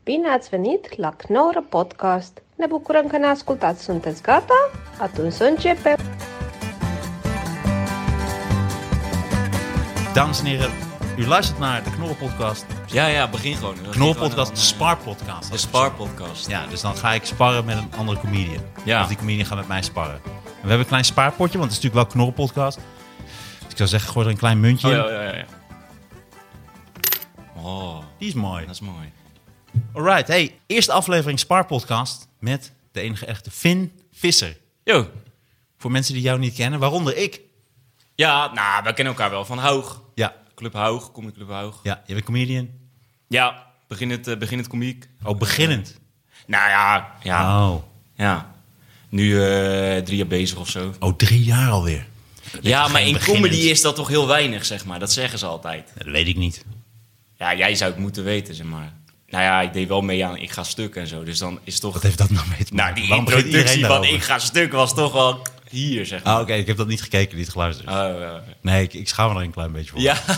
Bine ați venit la Knorr Podcast! Ne bucurăm că ne ascultați. Sunteți gata? Atunci să începem! Dames en heren, u luistert naar de Knorren-podcast. Ja, begin gewoon. Knorren-podcast, de Spar-podcast. De Spar-podcast. Ja, dus dan ga ik sparren met een andere comedian. Ja. Of die comedian gaat met mij sparren. En we hebben een klein spaarpotje, want het is natuurlijk wel een Knorren-podcast. Dus ik zou zeggen, gooi er een klein muntje in. Ja. Oh, Die is mooi. dat is mooi. Alright, hey, eerste aflevering Spar-podcast met de enige echte Finn Visser. Yo. Voor mensen die jou niet kennen, waaronder ik. Ja, nou, we kennen elkaar wel van Haug. Ja, Club Haug, Comedy Club Haug. ja, je bent comedian. Ja, begin het komiek. Oh, beginnend. Nou ja. Oh. Ja. Nu 3 jaar bezig of zo. Oh, 3 jaar alweer. Ja, maar geen in beginnend. comedy is dat toch heel weinig, zeg maar. Dat zeggen ze altijd. Dat weet ik niet. Ja, jij zou het moeten weten, zeg maar. Nou ja, ik deed wel mee aan Ik Ga Stuk en zo. Dus dan is toch... Wat heeft dat nou mee te maken? Nou, die Waarom begint introductie iedereen van daarover? Ik Ga Stuk was toch wel hier, zeg maar. Ah, oké, ik heb dat niet gekeken, niet geluisterd. Oh. Nee, ik schaam me er een klein beetje voor. Ja,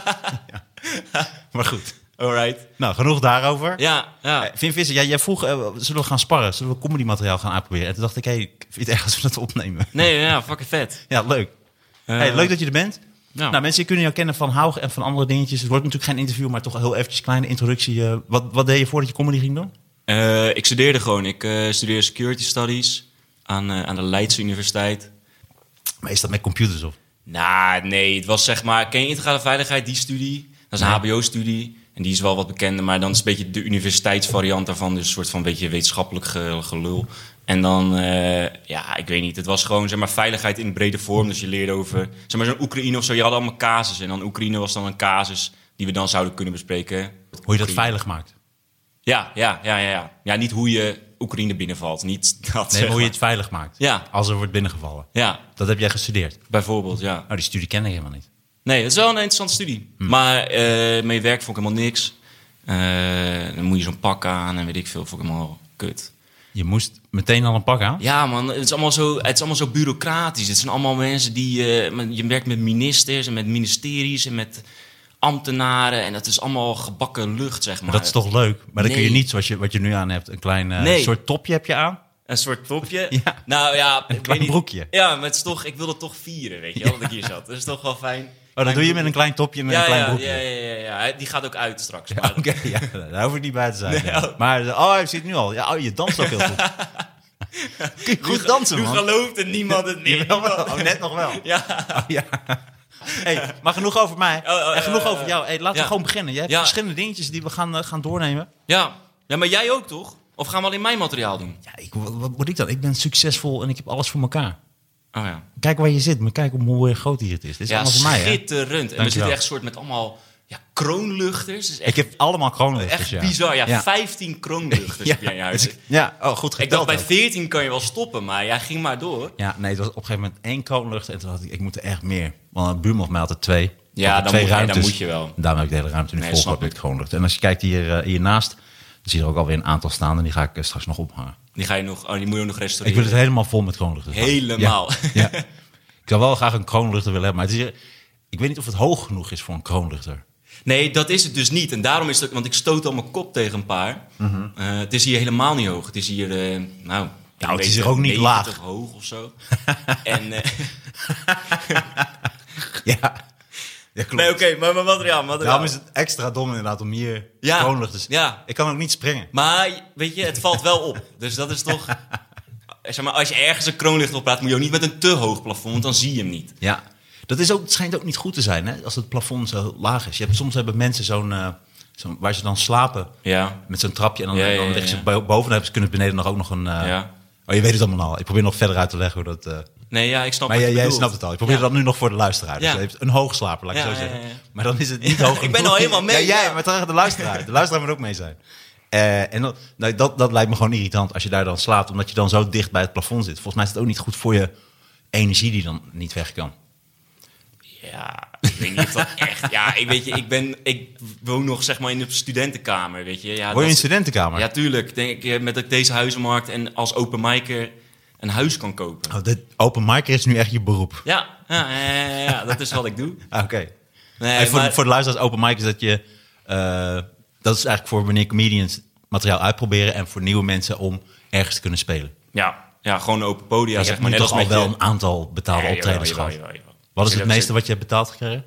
Maar goed. alright. Nou, genoeg daarover. Ja. Finn Visser, jij vroeg, zullen we gaan sparren? Zullen we comedymateriaal gaan uitproberen? En toen dacht ik, ik vind het erg als we dat opnemen. Nee, ja, fucking vet. Ja, leuk. Leuk dat je er bent. Ja. Nou, mensen kunnen jou kennen van Haug en van andere dingetjes. Het wordt natuurlijk geen interview, maar toch heel eventjes een kleine introductie. Wat deed je voordat je comedy ging doen? Ik studeerde gewoon. Ik studeerde Security Studies aan de Leidse Universiteit. Maar is dat met computers of? Nou, nee, het was zeg maar... Ken je integrale veiligheid, die studie? Dat is een hbo-studie. En die is wel wat bekender, maar dan is het een beetje de universiteitsvariant daarvan. Dus een soort van beetje wetenschappelijk gelul. En dan, ik weet niet. Het was gewoon, zeg maar, veiligheid in brede vorm. Dus je leerde over, zeg maar, zo'n Oekraïne of zo. Je had allemaal casussen. En dan Oekraïne was dan een casus die we dan zouden kunnen bespreken. Hoe je dat veilig maakt? Ja. Ja, niet hoe je Oekraïne binnenvalt. Niet dat, Nee, maar hoe je het veilig maakt. Ja. Als er wordt binnengevallen. Ja, Dat heb jij gestudeerd. bijvoorbeeld, ja. Nou, die studie ken ik helemaal niet. Nee, het is wel een interessante studie. Maar met je werk vond ik helemaal niks. Dan moet je zo'n pak aan en weet ik veel. Vond ik helemaal kut. Je moest meteen al een pak aan? Ja, man, het is allemaal zo bureaucratisch. Het zijn allemaal mensen die... je werkt met ministers en met ministeries en met ambtenaren. En dat is allemaal gebakken lucht, zeg maar. Maar dat is toch leuk? Maar dan kun je Nee. niet, zoals wat je nu aan hebt, een klein Nee. soort topje heb je aan. Een soort topje. Ja. Nou ja, Een ik klein weet niet. broekje. Ja, maar het is toch, ik wil het toch vieren, weet je wel, dat ik hier zat. Dat is toch wel fijn. Oh, dat doe je met een klein topje en met een klein broekje. Ja. Die gaat ook uit straks. Ja, Maar oké, ja, daar hoef ik niet bij te zijn. Nee, ja. oh. Maar, hij zit nu al. Ja, je danst ook heel goed. Kun je goed dansen, nu man? gelooft het niemand het niet. Jawel, wel. Oh, net nog wel. Ja. Oh, ja. Hey, maar genoeg over mij. En genoeg over jou. Hey, laten we ja. gewoon beginnen. Je hebt Ja. verschillende dingetjes die we gaan doornemen. Ja, maar jij ook toch? Of gaan we alleen mijn materiaal doen? Ja, wat moet ik dan? Ik ben succesvol en ik heb alles voor elkaar. Oh ja. Kijk waar je zit, maar kijk hoe groot hier het is. Dit is Ja, allemaal voor mij, hè? schitterend. En we Dankjewel. zitten echt soort met allemaal kroonluchters. Dus Ik echt, heb allemaal kroonluchters, echt ja. bizar. Ja, Ja. 15 kroonluchters heb jij in je huis. Ja, oh, goed Ik dacht, geteld bij ook. 14 kan je wel stoppen, maar jij ging maar door. Ja, nee, het was op een gegeven moment 1 kroonluchter en toen dacht ik moet er echt meer. Want een buurman van mij had er 2. Ja, dan 2 moet je- ruimtes. dan moet je wel. En daarom heb ik de hele ruimte nu Nee, volgehad snap met kroonluchten. En als je kijkt hiernaast, dan zie je er ook alweer een aantal staan en die ga ik straks nog ophangen. Die ga je nog, die moet je nog Ik restaureren. wil het helemaal vol met kroonluchters. Helemaal. Ja. Ja. Ik zou wel graag een kroonluchter willen hebben, maar het is hier, ik weet niet of het hoog genoeg is voor een kroonluchter. Nee, dat is het dus niet. En daarom is het ook, want ik stoot al mijn kop tegen een paar. Het is hier helemaal niet hoog. Het is hier, het is hier ook niet laag. 90 hoog of zo. En, Ja, klopt. nee, oké, maar mijn materiaal. Daarom is het extra dom inderdaad om hier Ja, kroonluchters. ja. Ik kan ook niet springen. Maar, weet je, het valt wel op. Dus dat is toch... Zeg maar, als je ergens een kroonlucht op praat, moet je ook niet met een te hoog plafond, want dan zie je hem niet. Ja, het schijnt ook niet goed te zijn, hè? Als het plafond zo laag is. Soms hebben mensen zo'n waar ze dan slapen Ja. met zo'n trapje en dan, Ja, dan liggen ze ja. boven en kunnen ze beneden nog ook nog een... Ja. Oh, je weet het allemaal al. Ik probeer nog verder uit te leggen hoe dat... Nee, ja, ik snap Maar wat je jij bedoelt. snapt het al. Ik probeer Ja. dat nu nog voor de luisteraar. Dus Ja. je heeft een hoogslaper, laat ik Ja, zo ja, zeggen. ja, ja. Maar dan is het niet hoog. Ik ben al helemaal mee, Ja, jij, ja. maar tegen de luisteraar. De luisteraar moet ook mee zijn. En dat lijkt me gewoon irritant als je daar dan slaapt, omdat je dan zo dicht bij het plafond zit. Volgens mij is het ook niet goed voor je energie die dan niet weg kan. Ja, ik weet niet of dat echt... Ja, ik woon nog zeg maar in de studentenkamer, weet je. Ja, Woon je dat in een is- studentenkamer? Ja, tuurlijk. Denk ik, met dat ik deze huizenmarkt en als openmicer een huis kan kopen. Oh, dit open micer is nu echt je beroep. Ja, dat is wat ik doe. Ah, oké. Nee, En voor maar- de luisteraars, open mic is dat je... dat is eigenlijk voor wanneer comedians materiaal uitproberen en voor nieuwe mensen om ergens te kunnen spelen. Ja, gewoon een open podia, Je zeg hebt maar. nu Net toch als al met wel een aantal betaalde optredens gehad. jawel. Wat is het meeste wat je hebt betaald gekregen?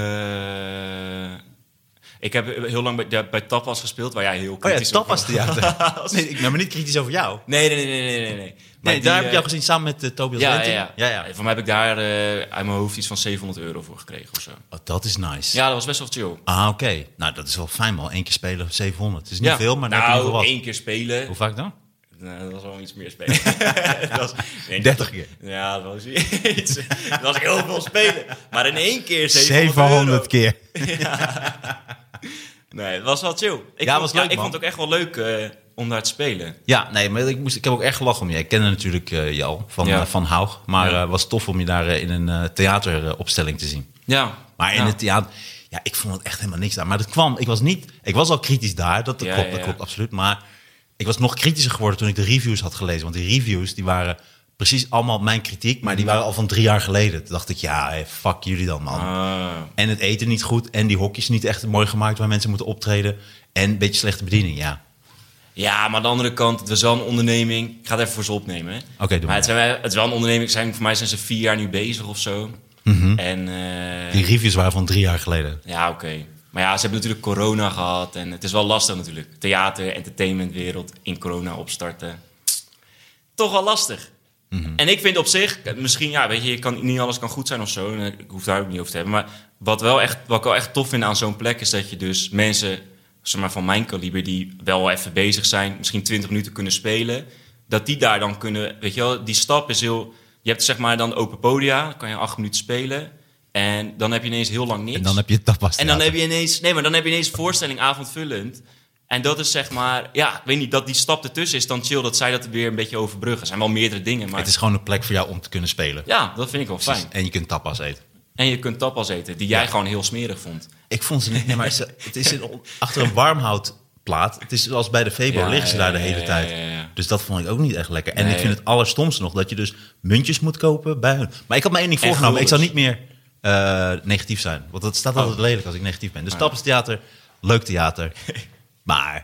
Ik heb heel lang bij Tapas gespeeld, waar jij heel kritisch Tapas Theater. Nee, ik ben maar niet kritisch over jou. Nee. Nee, daar heb ik jou gezien samen met Tobias Wenting. Ja. Voor mij heb ik daar uit mijn hoofd iets van €700 voor gekregen of zo. Oh, dat is nice. Ja, dat was best wel chill. Ah, oké. Nou, dat is wel fijn, man. 1 keer spelen, 700. Het is niet veel, maar dan heb je wel wat. 1 keer spelen. Hoe vaak dan? Nou, dat was wel iets meer spelen. dat was, 30 keer. Ja, dat was iets. Dat was heel veel spelen. Maar in 1 keer €700 keer. Nee, het was wel chill. Ik vond het ook echt wel leuk om daar te spelen. Ja, nee, maar ik heb ook echt gelachen om je. Ik kende natuurlijk je al van Haug. Maar het was tof om je daar in een theateropstelling te zien. Ja. Maar in het theater... Ja, ik vond het echt helemaal niks daar. Maar dat kwam... Ik was al kritisch daar. Dat klopt absoluut. Maar ik was nog kritischer geworden toen ik de reviews had gelezen. Want die reviews, die waren precies allemaal mijn kritiek. Maar die waren al van 3 jaar geleden. Toen dacht ik, fuck jullie dan, man. En het eten niet goed. En die hokjes niet echt mooi gemaakt waar mensen moeten optreden. En een beetje slechte bediening, ja. Ja, maar aan de andere kant, het was wel een onderneming. Ik ga het even voor ze opnemen. Hè. Oké, doe maar. Het is wel een onderneming. Voor mij zijn ze 4 jaar nu bezig of zo. En, die reviews waren van 3 jaar geleden. Ja, oké. Maar ja, ze hebben natuurlijk corona gehad. En het is wel lastig natuurlijk. Theater, entertainmentwereld in corona opstarten. Toch wel lastig. En ik vind op zich, misschien, weet je, niet alles kan goed zijn of zo. Ik hoef daar ook niet over te hebben. Maar wat ik wel echt tof vind aan zo'n plek is dat je dus mensen, zeg maar van mijn kaliber, die wel even bezig zijn, misschien 20 minuten kunnen spelen, dat die daar dan kunnen, weet je wel, die stap is heel. Je hebt zeg maar dan open podia, dan kan je 8 minuten spelen. En dan heb je ineens heel lang niks. En dan heb je Tapas En dan heb je ineens voorstelling avondvullend. En dat is zeg maar, ik weet niet, dat die stap ertussen is dan chill, dat zij dat weer een beetje overbruggen. Er zijn wel meerdere dingen, maar... Het is gewoon een plek voor jou om te kunnen spelen. Ja, dat vind ik wel fijn. En je kunt tapas eten. En je kunt tapas eten, die jij gewoon heel smerig vond. Ik vond ze niet, nee, maar het is achter een warmhoutplaat. Het is zoals bij de Febo, liggen ze daar de hele tijd. Ja. Dus dat vond ik ook niet echt lekker. En ik vind het allerstomste nog dat je dus muntjes moet kopen bij hun. Maar ik had me 1 ding voorgenomen, ik zou niet meer negatief zijn. Want het staat altijd lelijk als ik negatief ben. Dus Tapas Theater, leuk theater. Maar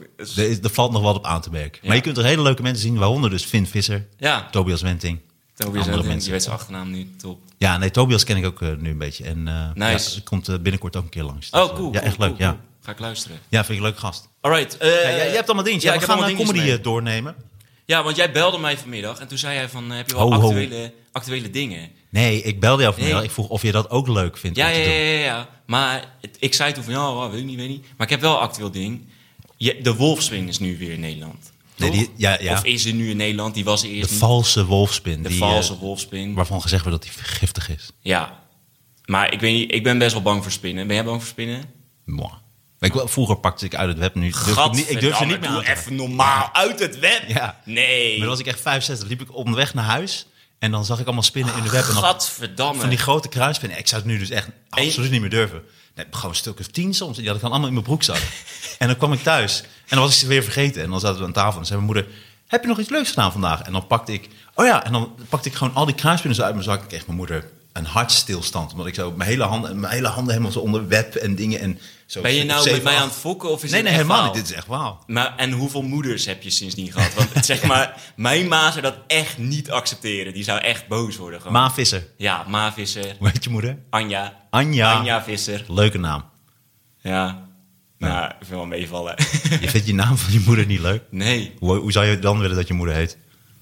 er valt nog wat op aan te merken. Ja. Maar je kunt er hele leuke mensen zien, waaronder dus Finn Visser, Tobias Wenting. Tobias Wenting, je weet zijn achternaam nu, top. Ja, nee, Tobias ken ik ook nu een beetje. En nice. komt binnenkort ook een keer langs. Dus, cool. Ja, echt leuk, cool. ja. Ga ik luisteren. Ja, vind ik een leuk gast. Alright. Je hebt allemaal dingen. We gaan een comedy doornemen. Ja, want jij belde mij vanmiddag en toen zei jij van, heb je wel actuele dingen? Nee, ik belde jou vanmiddag. Ik vroeg of je dat ook leuk vindt om te doen. Ja. Maar ik zei toen van, weet niet. Maar ik heb wel een actueel ding. De Wolfspin is nu weer in Nederland. Nee, Of is er nu in Nederland? Die was eerst de valse wolfspin. De valse wolfspin. Waarvan gezegd wordt dat die giftig is. Ja. Maar ik weet niet, ik ben best wel bang voor spinnen. Ben jij bang voor spinnen? Moi. Vroeger pakte ik uit het web, nu ik durf ze niet meer aan te even normaal uit het web? Ja. Nee. Maar dan was ik echt 65, liep ik onderweg naar huis en dan zag ik allemaal spinnen in de web. En dan gadverdamme. Van die grote kruispinnen. Ik zou het nu dus echt absoluut niet meer durven. Nee, gewoon een stuk of 10 soms. Die had ik dan allemaal in mijn broekzak. En dan kwam ik thuis en dan was ik ze weer vergeten. En dan zaten we aan tafel en zei mijn moeder, heb je nog iets leuks gedaan vandaag? En dan pakte ik, gewoon al die kruispinnen uit mijn zak. Ik kreeg mijn moeder een hartstilstand. Omdat ik zo mijn hele handen helemaal zo onder web en dingen. En zo. Ben je nou met mij aan het fokken? Of is nee, het helemaal niet. Dit is echt wauw. Maar, en hoeveel moeders heb je sindsdien gehad? Want zeg maar, mijn ma zou dat echt niet accepteren. Die zou echt boos worden. Gewoon. Ma Visser. Ja, Ma Visser. Hoe heet je moeder? Anja Visser. Leuke naam. Ja. Nou, ik vind wel meevallen. Je vindt je naam van je moeder niet leuk? Nee. Hoe zou je dan willen dat je moeder heet?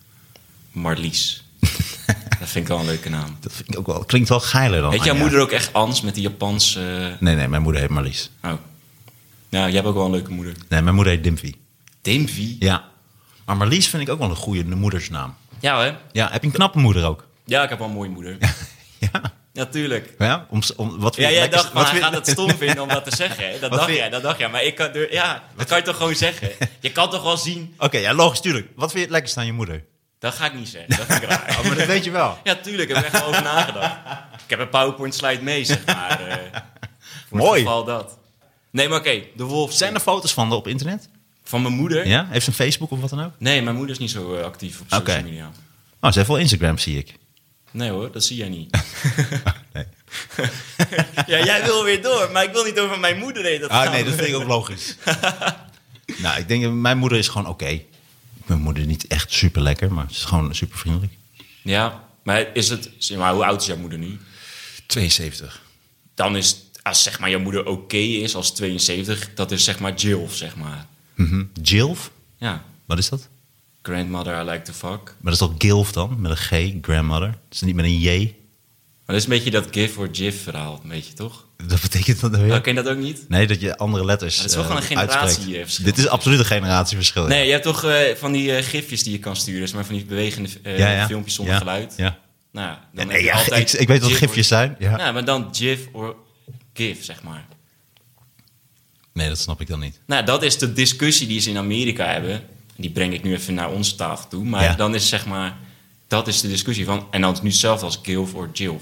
Marlies. Dat vind ik wel een leuke naam. Dat vind ik ook wel. Klinkt wel geiler dan. Heet jouw moeder ook echt Ans met die Japanse... Nee, mijn moeder heet Marlies. Oh. Nou, jij hebt ook wel een leuke moeder. Nee, mijn moeder heet Dimfie. Dimfie? Ja. Maar Marlies vind ik ook wel een goede moedersnaam. Ja, hè? Ja, heb je een knappe moeder ook? Ja, ik heb wel een mooie moeder. Ja? Ja, tuurlijk. Ja? Wat jij dacht, maar hij gaat het stom vinden om dat te zeggen. Hè? Dat dacht jij. Maar ik kan, dat kan je toch gewoon zeggen? Je kan toch wel zien... Oké, logisch, tuurlijk. Wat vind je het lekkerst aan je moeder? Dat ga ik niet zeggen. Dat vind ik raar. Maar dat weet je wel. Ja, tuurlijk. Ik heb er echt wel over nagedacht. Ik heb een PowerPoint slide mee, zeg maar. Voor mooi. het geval dat. Nee, maar oké. De wolf. Zijn er foto's van op internet? Van mijn moeder? Ja? Heeft ze een Facebook of wat dan ook? Nee, mijn moeder is niet zo actief op social media. Oh, ze heeft wel Instagram, zie ik. Nee hoor, dat zie jij niet. Nee. Ja, jij wil weer door, maar ik wil niet over mijn moeder heen. Nee, dat vind ik ook logisch. Nou, ik denk, mijn moeder is gewoon oké. Mijn moeder niet echt super lekker, maar ze is gewoon super vriendelijk. Ja, maar hoe oud is jouw moeder nu? 72. Dan is, als zeg maar jouw moeder oké is als 72, dat is zeg maar Jilf, zeg maar. Jilf? Ja. Wat is dat? Grandmother, I like to fuck. Maar dat is toch Gilf dan? Met een G, grandmother. Dat is niet met een J. Maar dat is een beetje dat give or give verhaal, een beetje, toch? Dat betekent dat weer? Oh, ken je dat ook niet? Nee, dat je andere letters Het is wel gewoon een generatieverschil. Dit is absoluut een generatieverschil. Nee, je hebt toch van die gifjes die je kan sturen, maar van die bewegende filmpjes zonder geluid. Ja. Nou, dan Nee, ik weet wat gifjes zijn. Ja. Nou, maar dan give or give, zeg maar. Nee, dat snap ik dan niet. Nou, dat is de discussie die ze in Amerika hebben. Die breng ik nu even naar onze tafel toe. Maar dan is zeg maar, dat is de discussie van. En dan is nu hetzelfde als gilf or jilf.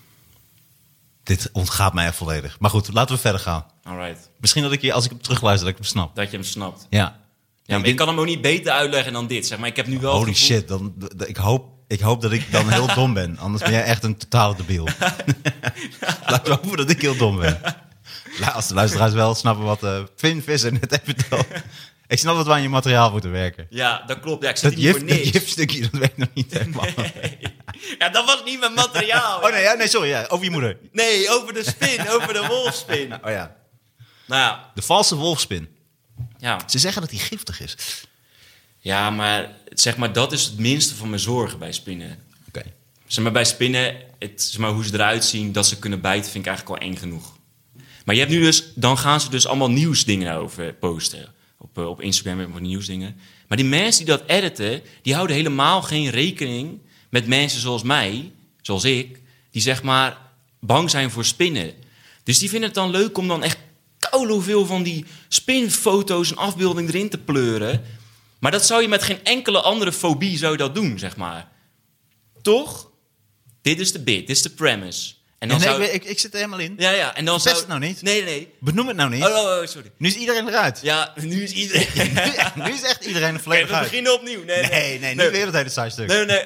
Dit ontgaat mij echt volledig. Maar goed, laten we verder gaan. Alright. Misschien dat ik hier, als ik hem terugluister, dat ik hem snap. Dat je hem snapt. Ja. Ja, maar ik kan hem ook niet beter uitleggen dan dit. Zeg maar, ik heb nu wel. Holy shit, ik hoop dat ik dan heel dom ben. Anders ben jij echt een totale debiel. Laten we hopen dat ik heel dom ben. Als de luisteraars wel snappen wat Finn Visser net heeft verteld. Ik snap dat we aan je materiaal moeten werken. Ja, dat klopt. Ja, ik zit hier voor niks. Dat jifstukje, dat werkt nog niet helemaal. Nee. Ja, dat was niet mijn materiaal. Oh nee, sorry. Ja, over je moeder. Nee, over de spin. Over de wolfspin. Oh ja. Nou ja. De valse wolfspin. Ja. Ze zeggen dat die giftig is. Ja, maar zeg maar, dat is het minste van mijn zorgen bij spinnen. Oké. Zeg maar, bij spinnen, zeg maar, hoe ze eruit zien, dat ze kunnen bijten, vind ik eigenlijk al eng genoeg. Maar je hebt nu dus, dan gaan ze dus allemaal nieuwsdingen over posten. Op Instagram hebben we nieuwsdingen. Maar die mensen die dat editen, die houden helemaal geen rekening met mensen zoals mij, zoals ik, die zeg maar bang zijn voor spinnen. Dus die vinden het dan leuk om dan echt koude hoeveel van die spinfoto's en afbeeldingen erin te pleuren. Maar dat zou je met geen enkele andere fobie zou je dat doen, zeg maar. Toch? Dit is de bit, dit is de premise. En dan ik zit er helemaal in. Ja. En dan Best het nou niet. Nee. Benoem het nou niet. Oh, sorry. Nu is iedereen eruit. Ja, nu is iedereen... nu is echt iedereen volledig we uit. beginnen opnieuw. Nee, niet weer het hele saaistuk. Nee.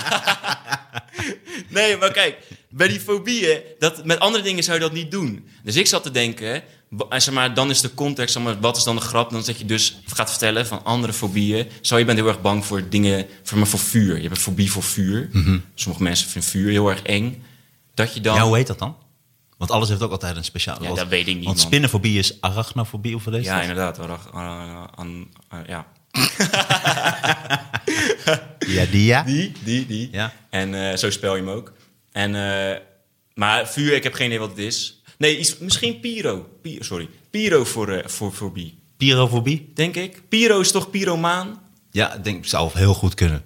Nee, maar kijk, bij die fobieën, met andere dingen zou je dat niet doen. Dus ik zat te denken, zeg maar, dan is de context, zeg maar, wat is dan de grap? Dan dat je dus gaat vertellen van andere fobieën. Zo, je bent heel erg bang voor dingen, voor vuur. Je hebt een fobie voor vuur. Mm-hmm. Sommige mensen vinden vuur heel erg eng. Dat je dan... Ja, hoe heet dat dan? Want alles heeft ook altijd een speciaal... Ja, dat weet ik niet, Want man. spinnenfobie is arachnofobie, of wat is ja, dat? Inderdaad. Ja. Ja, Die. Ja. En zo spel je hem ook. Maar vuur, ik heb geen idee wat het is. Nee, misschien pyro. Pyro voor fobie. Pyrofobie? Denk ik. Pyro is toch pyromaan? Ja, ik denk, zou heel goed kunnen.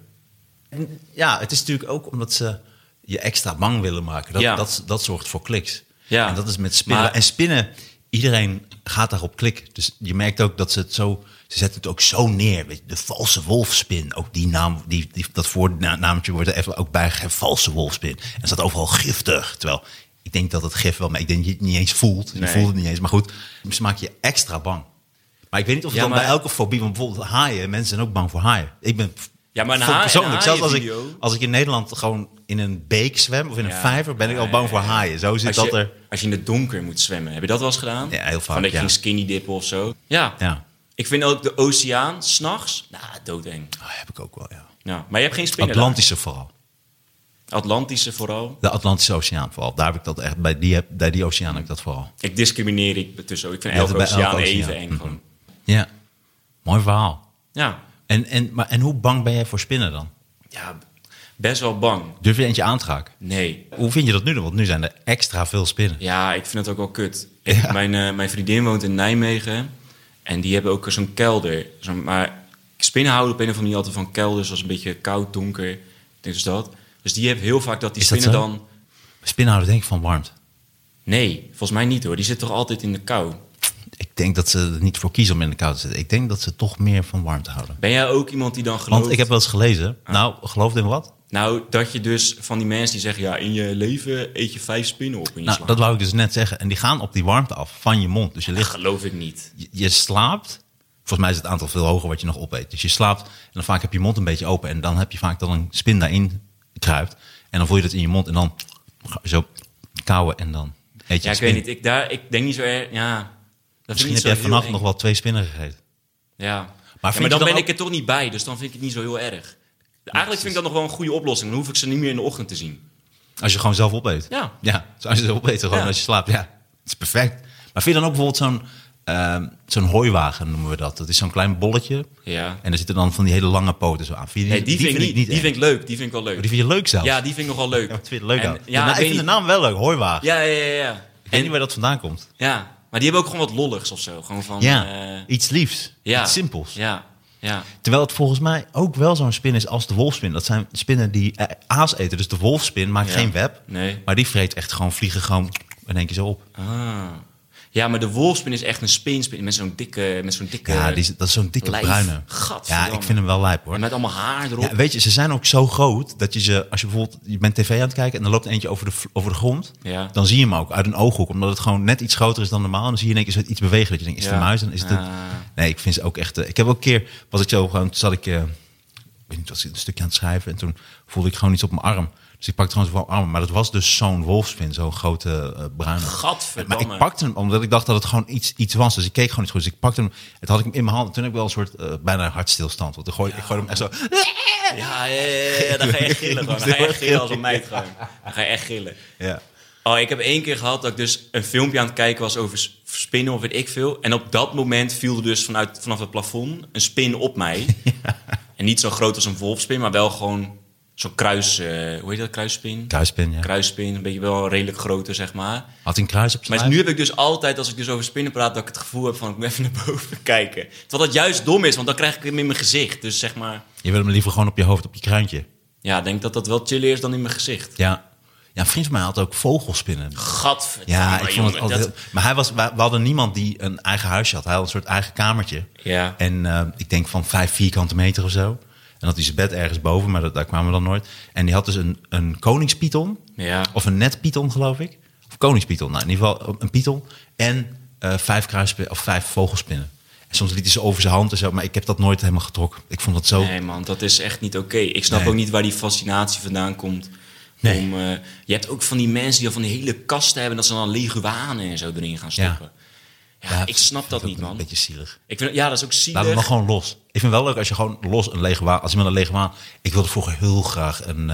En ja, het is natuurlijk ook omdat ze je extra bang willen maken. Dat zorgt voor kliks. Ja. En dat is met spinnen. Maar, en spinnen, iedereen gaat daarop klik. Dus je merkt ook dat ze het zo... Ze zetten het ook zo neer. Weet je, de valse wolfspin. Ook die naam, dat voornaamtje wordt er even ook bijgegeven. Valse wolfspin. En er staat overal giftig. Terwijl ik denk dat het gif wel... Maar ik denk dat je het niet eens voelt. Je voelt het niet eens. Maar goed, ze maken je extra bang. Maar ik weet niet of het dan bij elke fobie... Want bijvoorbeeld haaien. Mensen zijn ook bang voor haaien. Ik ben... Ja, maar persoonlijk, zelfs als ik in Nederland gewoon in een beek zwem of in een vijver, ben ik al bang voor haaien. Zo zit dat er. Als je in het donker moet zwemmen, heb je dat wel eens gedaan? Ja, heel vaak. Van dat je ging skinny dippen of zo. Ja. Ik vind ook de oceaan s'nachts, doodeng. Oh, heb ik ook wel, ja. Maar je hebt geen spinnen. Atlantische vooral. Atlantische vooral? De Atlantische Oceaan vooral. Daar heb ik dat echt, bij die oceaan heb ik dat vooral. Ik discrimineer tussen. Ik vind elke oceaan even eng. Mm-hmm. Ja, mooi verhaal. Ja. En hoe bang ben jij voor spinnen dan? Ja, best wel bang. Durf je eentje aan te raken? Nee. Hoe vind je dat nu dan? Want nu zijn er extra veel spinnen. Ja, ik vind het ook wel kut. Mijn vriendin woont in Nijmegen. En die hebben ook zo'n kelder. Maar spinnen houden op een of andere manier altijd van kelders. Als een beetje koud, donker. Dus dat. Dus die hebben heel vaak dat die spinnen dan... Spinnen houden denk ik van warmte. Nee, volgens mij niet hoor. Die zitten toch altijd in de kou? Ik denk dat ze er niet voor kiezen om in de kou te zitten. Ik denk dat ze toch meer van warmte houden. Ben jij ook iemand die dan gelooft... Want ik heb wel eens gelezen. Nou, geloof in wat? Nou, dat je dus van die mensen die zeggen... ja, in je leven eet je 5 spinnen op in je slaap. Dat wou ik dus net zeggen. En die gaan op die warmte af van je mond. Dus je ligt... Dat geloof ik niet. Je slaapt. Volgens mij is het aantal veel hoger wat je nog opeet. Dus je slaapt en dan vaak heb je mond een beetje open. En dan heb je vaak dan een spin daarin kruipt. En dan voel je dat in je mond. En dan zo kauwen en dan eet je ik weet niet. Ik denk niet zo erg... Ja, misschien heb jij vannacht nog wel 2 spinnen gegeten. Maar vind je dan ben ook... ik er toch niet bij, dus dan vind ik het niet zo heel erg. Eigenlijk vind ik dat nog wel een goede oplossing. Dan hoef ik ze niet meer in de ochtend te zien. Als je gewoon zelf opeet. Ja. Als je zelf opeet, gewoon als je slaapt. Ja, dat is perfect. Maar vind je dan ook bijvoorbeeld zo'n hooiwagen, noemen we dat. Dat is zo'n klein bolletje. Ja. En er zitten dan van die hele lange poten zo aan. Die vind ik leuk. Die vind ik wel leuk. Maar die vind je leuk zelfs? Ja, die vind ik nog wel leuk. Ja, wat vind je er leuk aan? Ja, ik vind de naam wel leuk, hooiwagen. Ja. Ik weet niet waar dat vandaan komt. Ja, maar die hebben ook gewoon wat lolligs of zo. Gewoon van... iets liefs. Iets simpels. Ja. Terwijl het volgens mij ook wel zo'n spin is als de wolfspin. Dat zijn spinnen die aas eten. Dus de wolfspin maakt geen web. Nee. Maar die vreet echt gewoon, vliegen gewoon in één keer zo op. Ja, maar de wolfspin is echt een spin met zo'n dikke... Ja, dat is zo'n dikke lijf. bruine. Gadverdamme. Ja, ik vind hem wel lijp hoor. En met allemaal haar erop. Ja, weet je, ze zijn ook zo groot dat als je bijvoorbeeld, je bent tv aan het kijken en er loopt eentje over de grond, dan zie je hem ook uit een ooghoek, omdat het gewoon net iets groter is dan normaal. En dan zie je in één keer iets bewegen dat je denkt, is het een muis? Dan is het Nee, ik vind ze ook echt... ik heb ook een keer, ik weet niet, was ik een stukje aan het schrijven en toen voelde ik gewoon iets op mijn arm. Dus ik pakte gewoon zo van arm. Maar dat was dus zo'n wolfspin, zo'n grote bruine. Gadverdamme. Maar ik pakte hem omdat ik dacht dat het gewoon iets was. Dus ik keek gewoon niet goed. Dus ik pakte hem. Het had ik hem in mijn hand. Toen heb ik wel een soort bijna hartstilstand. Want ik gooi hem echt zo... Ja, dan ga je echt gillen gewoon. Dan ga je echt gillen als een meid gewoon. Dan ga je echt gillen. Ja. Oh, ik heb 1 keer gehad dat ik dus een filmpje aan het kijken was over spinnen of weet ik veel. En op dat moment viel er dus vanaf het plafond een spin op mij. Ja. En niet zo groot als een wolfspin, maar wel gewoon zo'n kruis... hoe heet dat, kruisspin? Kruisspin, ja. Kruisspin, een beetje wel redelijk grote, zeg maar. Had hij een kruis op zijn Maar nu heb ik dus altijd, als ik dus over spinnen praat, dat ik het gevoel heb van, ik moet even naar boven kijken. Terwijl dat juist dom is, want dan krijg ik hem in mijn gezicht. Dus zeg maar... Je wil hem liever gewoon op je hoofd, op je kruintje. Ja, ik denk dat dat wel chiller is dan in mijn gezicht. Ja. Ja, een vriend van mij had ook vogelspinnen. Gadverdamme, ja, ik vond het altijd... dat... Maar we hadden niemand die een eigen huisje had. Hij had een soort eigen kamertje. Ja. En ik denk van 5 vierkante meter of zo. En had hij zijn bed ergens boven, maar daar kwamen we dan nooit. En die had dus een koningspython. Ja. Of een netpython, geloof ik. Of koningspython. Nou, in ieder geval een python. En 5 vogelspinnen. En soms liet hij ze over zijn hand en zo. Maar ik heb dat nooit helemaal getrokken. Ik vond dat zo... Nee man, dat is echt niet oké. Ik snap ook niet waar die fascinatie vandaan komt. Nee. Je hebt ook van die mensen die al van die hele kasten hebben... dat ze dan leguanen en zo erin gaan stoppen. Ja, ik snap dat niet, man. Een beetje zielig. Ik vind, ja, dat is ook zielig. Laat hem dan gewoon los. Ik vind het wel leuk als je gewoon los een leguaan... Als iemand een leguaan... Ik wilde vroeger heel graag een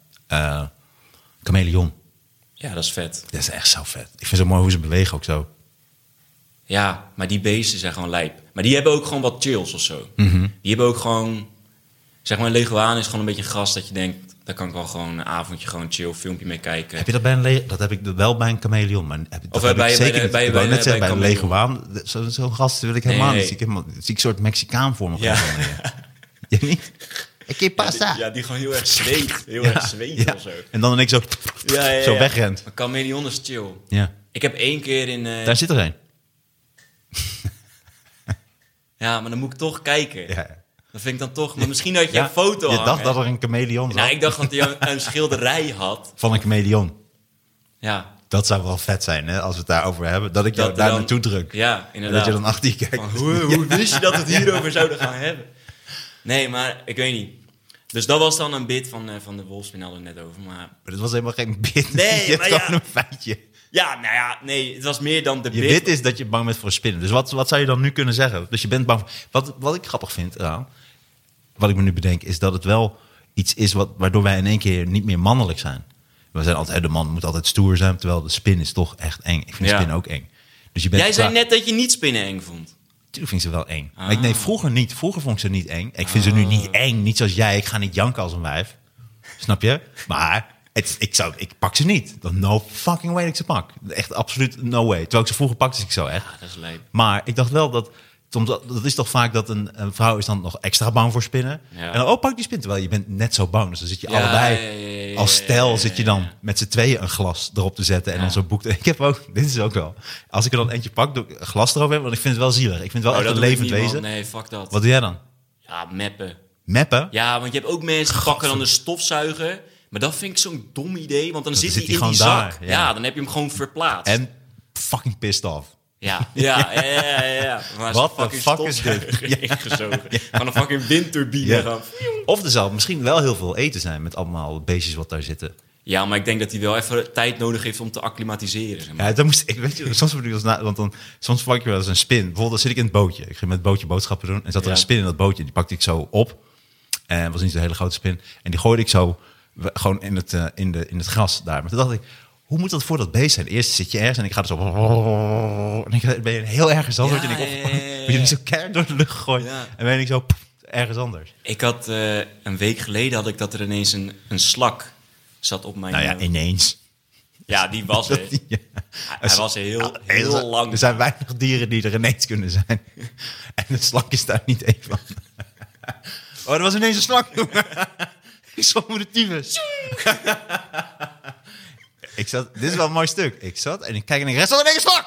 chameleon. Ja, dat is vet. Dat is echt zo vet. Ik vind het zo mooi hoe ze bewegen ook zo. Ja, maar die beesten zijn gewoon lijp. Maar die hebben ook gewoon wat chills of zo. Mm-hmm. Die hebben ook gewoon... Zeg maar, een leguaan is gewoon een beetje een gast dat je denkt... Daar kan ik wel gewoon een avondje gewoon een chill filmpje mee kijken. Heb je dat bij een dat heb ik wel bij een chameleon. Maar bij een leguaan. Zo'n gast wil ik helemaal niet. Zie ik een soort Mexicaan voor me. Ja. Je niet? Ik pasta. Ja, die gewoon heel erg zweet. Heel erg zweet of zo. En dan ik zo wegrent. Een chameleon is chill. Ja. Ik heb 1 keer in... Daar zit er een. Ja, maar dan moet ik toch kijken. Ja. Dat vind ik dan toch... Maar misschien had je een foto hangen. Je dacht dat er een chameleon was. Nou, ik dacht dat hij een schilderij had. Van een chameleon. Ja. Dat zou wel vet zijn, hè, als we het daarover hebben. Dat ik jou daar naartoe druk. Ja, inderdaad. En dat je dan achter je kijkt. Van, hoe wist je dat we het hierover zouden gaan hebben? Nee, maar ik weet niet. Dus dat was dan een bit van de wolfspin, hadden we het net over. Maar dat was helemaal geen bit. Nee, maar gewoon een feitje. Ja, nou ja, nee, het was meer dan de bit. Je bit is dat je bang bent voor spinnen. Dus wat zou je dan nu kunnen zeggen? Dus je bent bang voor... Wat ik grappig vind eraan, wat ik me nu bedenk, is dat het wel iets is waardoor wij in één keer niet meer mannelijk zijn. We zijn altijd, de man moet altijd stoer zijn, terwijl de spin is toch echt eng. Ik vind de spin ook eng. Dus je bent Jij zei net dat je niet spinnen eng vond. Tuurlijk vind ik ze wel eng. Maar nee, vroeger niet. Vroeger vond ik ze niet eng. Ik vind ze nu niet eng. Niet zoals jij. Ik ga niet janken als een wijf. Snap je? Maar ik pak ze niet. No fucking way dat ik ze pak. Echt absoluut no way. Terwijl ik ze vroeger pakte, ik zo echt. Ja, dat is leuk. Maar ik dacht wel dat is toch vaak dat een vrouw is dan nog extra bang voor spinnen. Ja. En dan, pak die spin. Terwijl je bent net zo bang. Dus dan zit je allebei als stel zit je dan met z'n tweeën een glas erop te zetten. En dan zo'n boek. Ik heb ook, dit is ook wel. Als ik er dan eentje pak, doe ik een glas erover hebben. Want ik vind het wel zielig. Ik vind het wel echt een levend wezen. Nee, fuck dat. Wat doe jij dan? Ja, meppen. Meppen? Ja, want je hebt ook mensen die pakken dan de stofzuiger. Maar dat vind ik zo'n dom idee. Want dan zit hij in gewoon die zak. daar, Ja, dan heb je hem gewoon verplaatst. En fucking pissed off. Ja. Maar wat de fuck is dit? Ingezogen. Van een fucking windturbine. Ja. Of er zal misschien wel heel veel eten zijn met allemaal beestjes wat daar zitten. Ja, maar ik denk dat hij wel even tijd nodig heeft om te acclimatiseren. Zeg maar. Ja, dan moest ik, weet je, soms moet ik want dan soms vang ik wel eens een spin. Bijvoorbeeld, dan zit ik in het bootje. Ik ging met het bootje boodschappen doen en zat er een spin in dat bootje. Die pakte ik zo op. En het was niet zo'n hele grote spin. En die gooide ik zo gewoon in het gras daar. Maar toen dacht ik, hoe moet dat voor dat beest zijn? Eerst zit je ergens en ik ga er zo... En dan ben je heel ergens anders. En ik word je niet zo keihard door de lucht gegooid. Ja. En ben ik zo ergens anders. Ik had een week geleden had ik dat er ineens een slak zat op mijn... Nou ja, ineens. Ja, die was er. Hij was heel lang. Er zijn weinig dieren die er ineens kunnen zijn. En de slak is daar niet één van. Oh, er was ineens een slak. Ik schrok me de tyfus. Dit is wel een mooi stuk. Ik zat en ik kijk en ik rest al ineens een slak.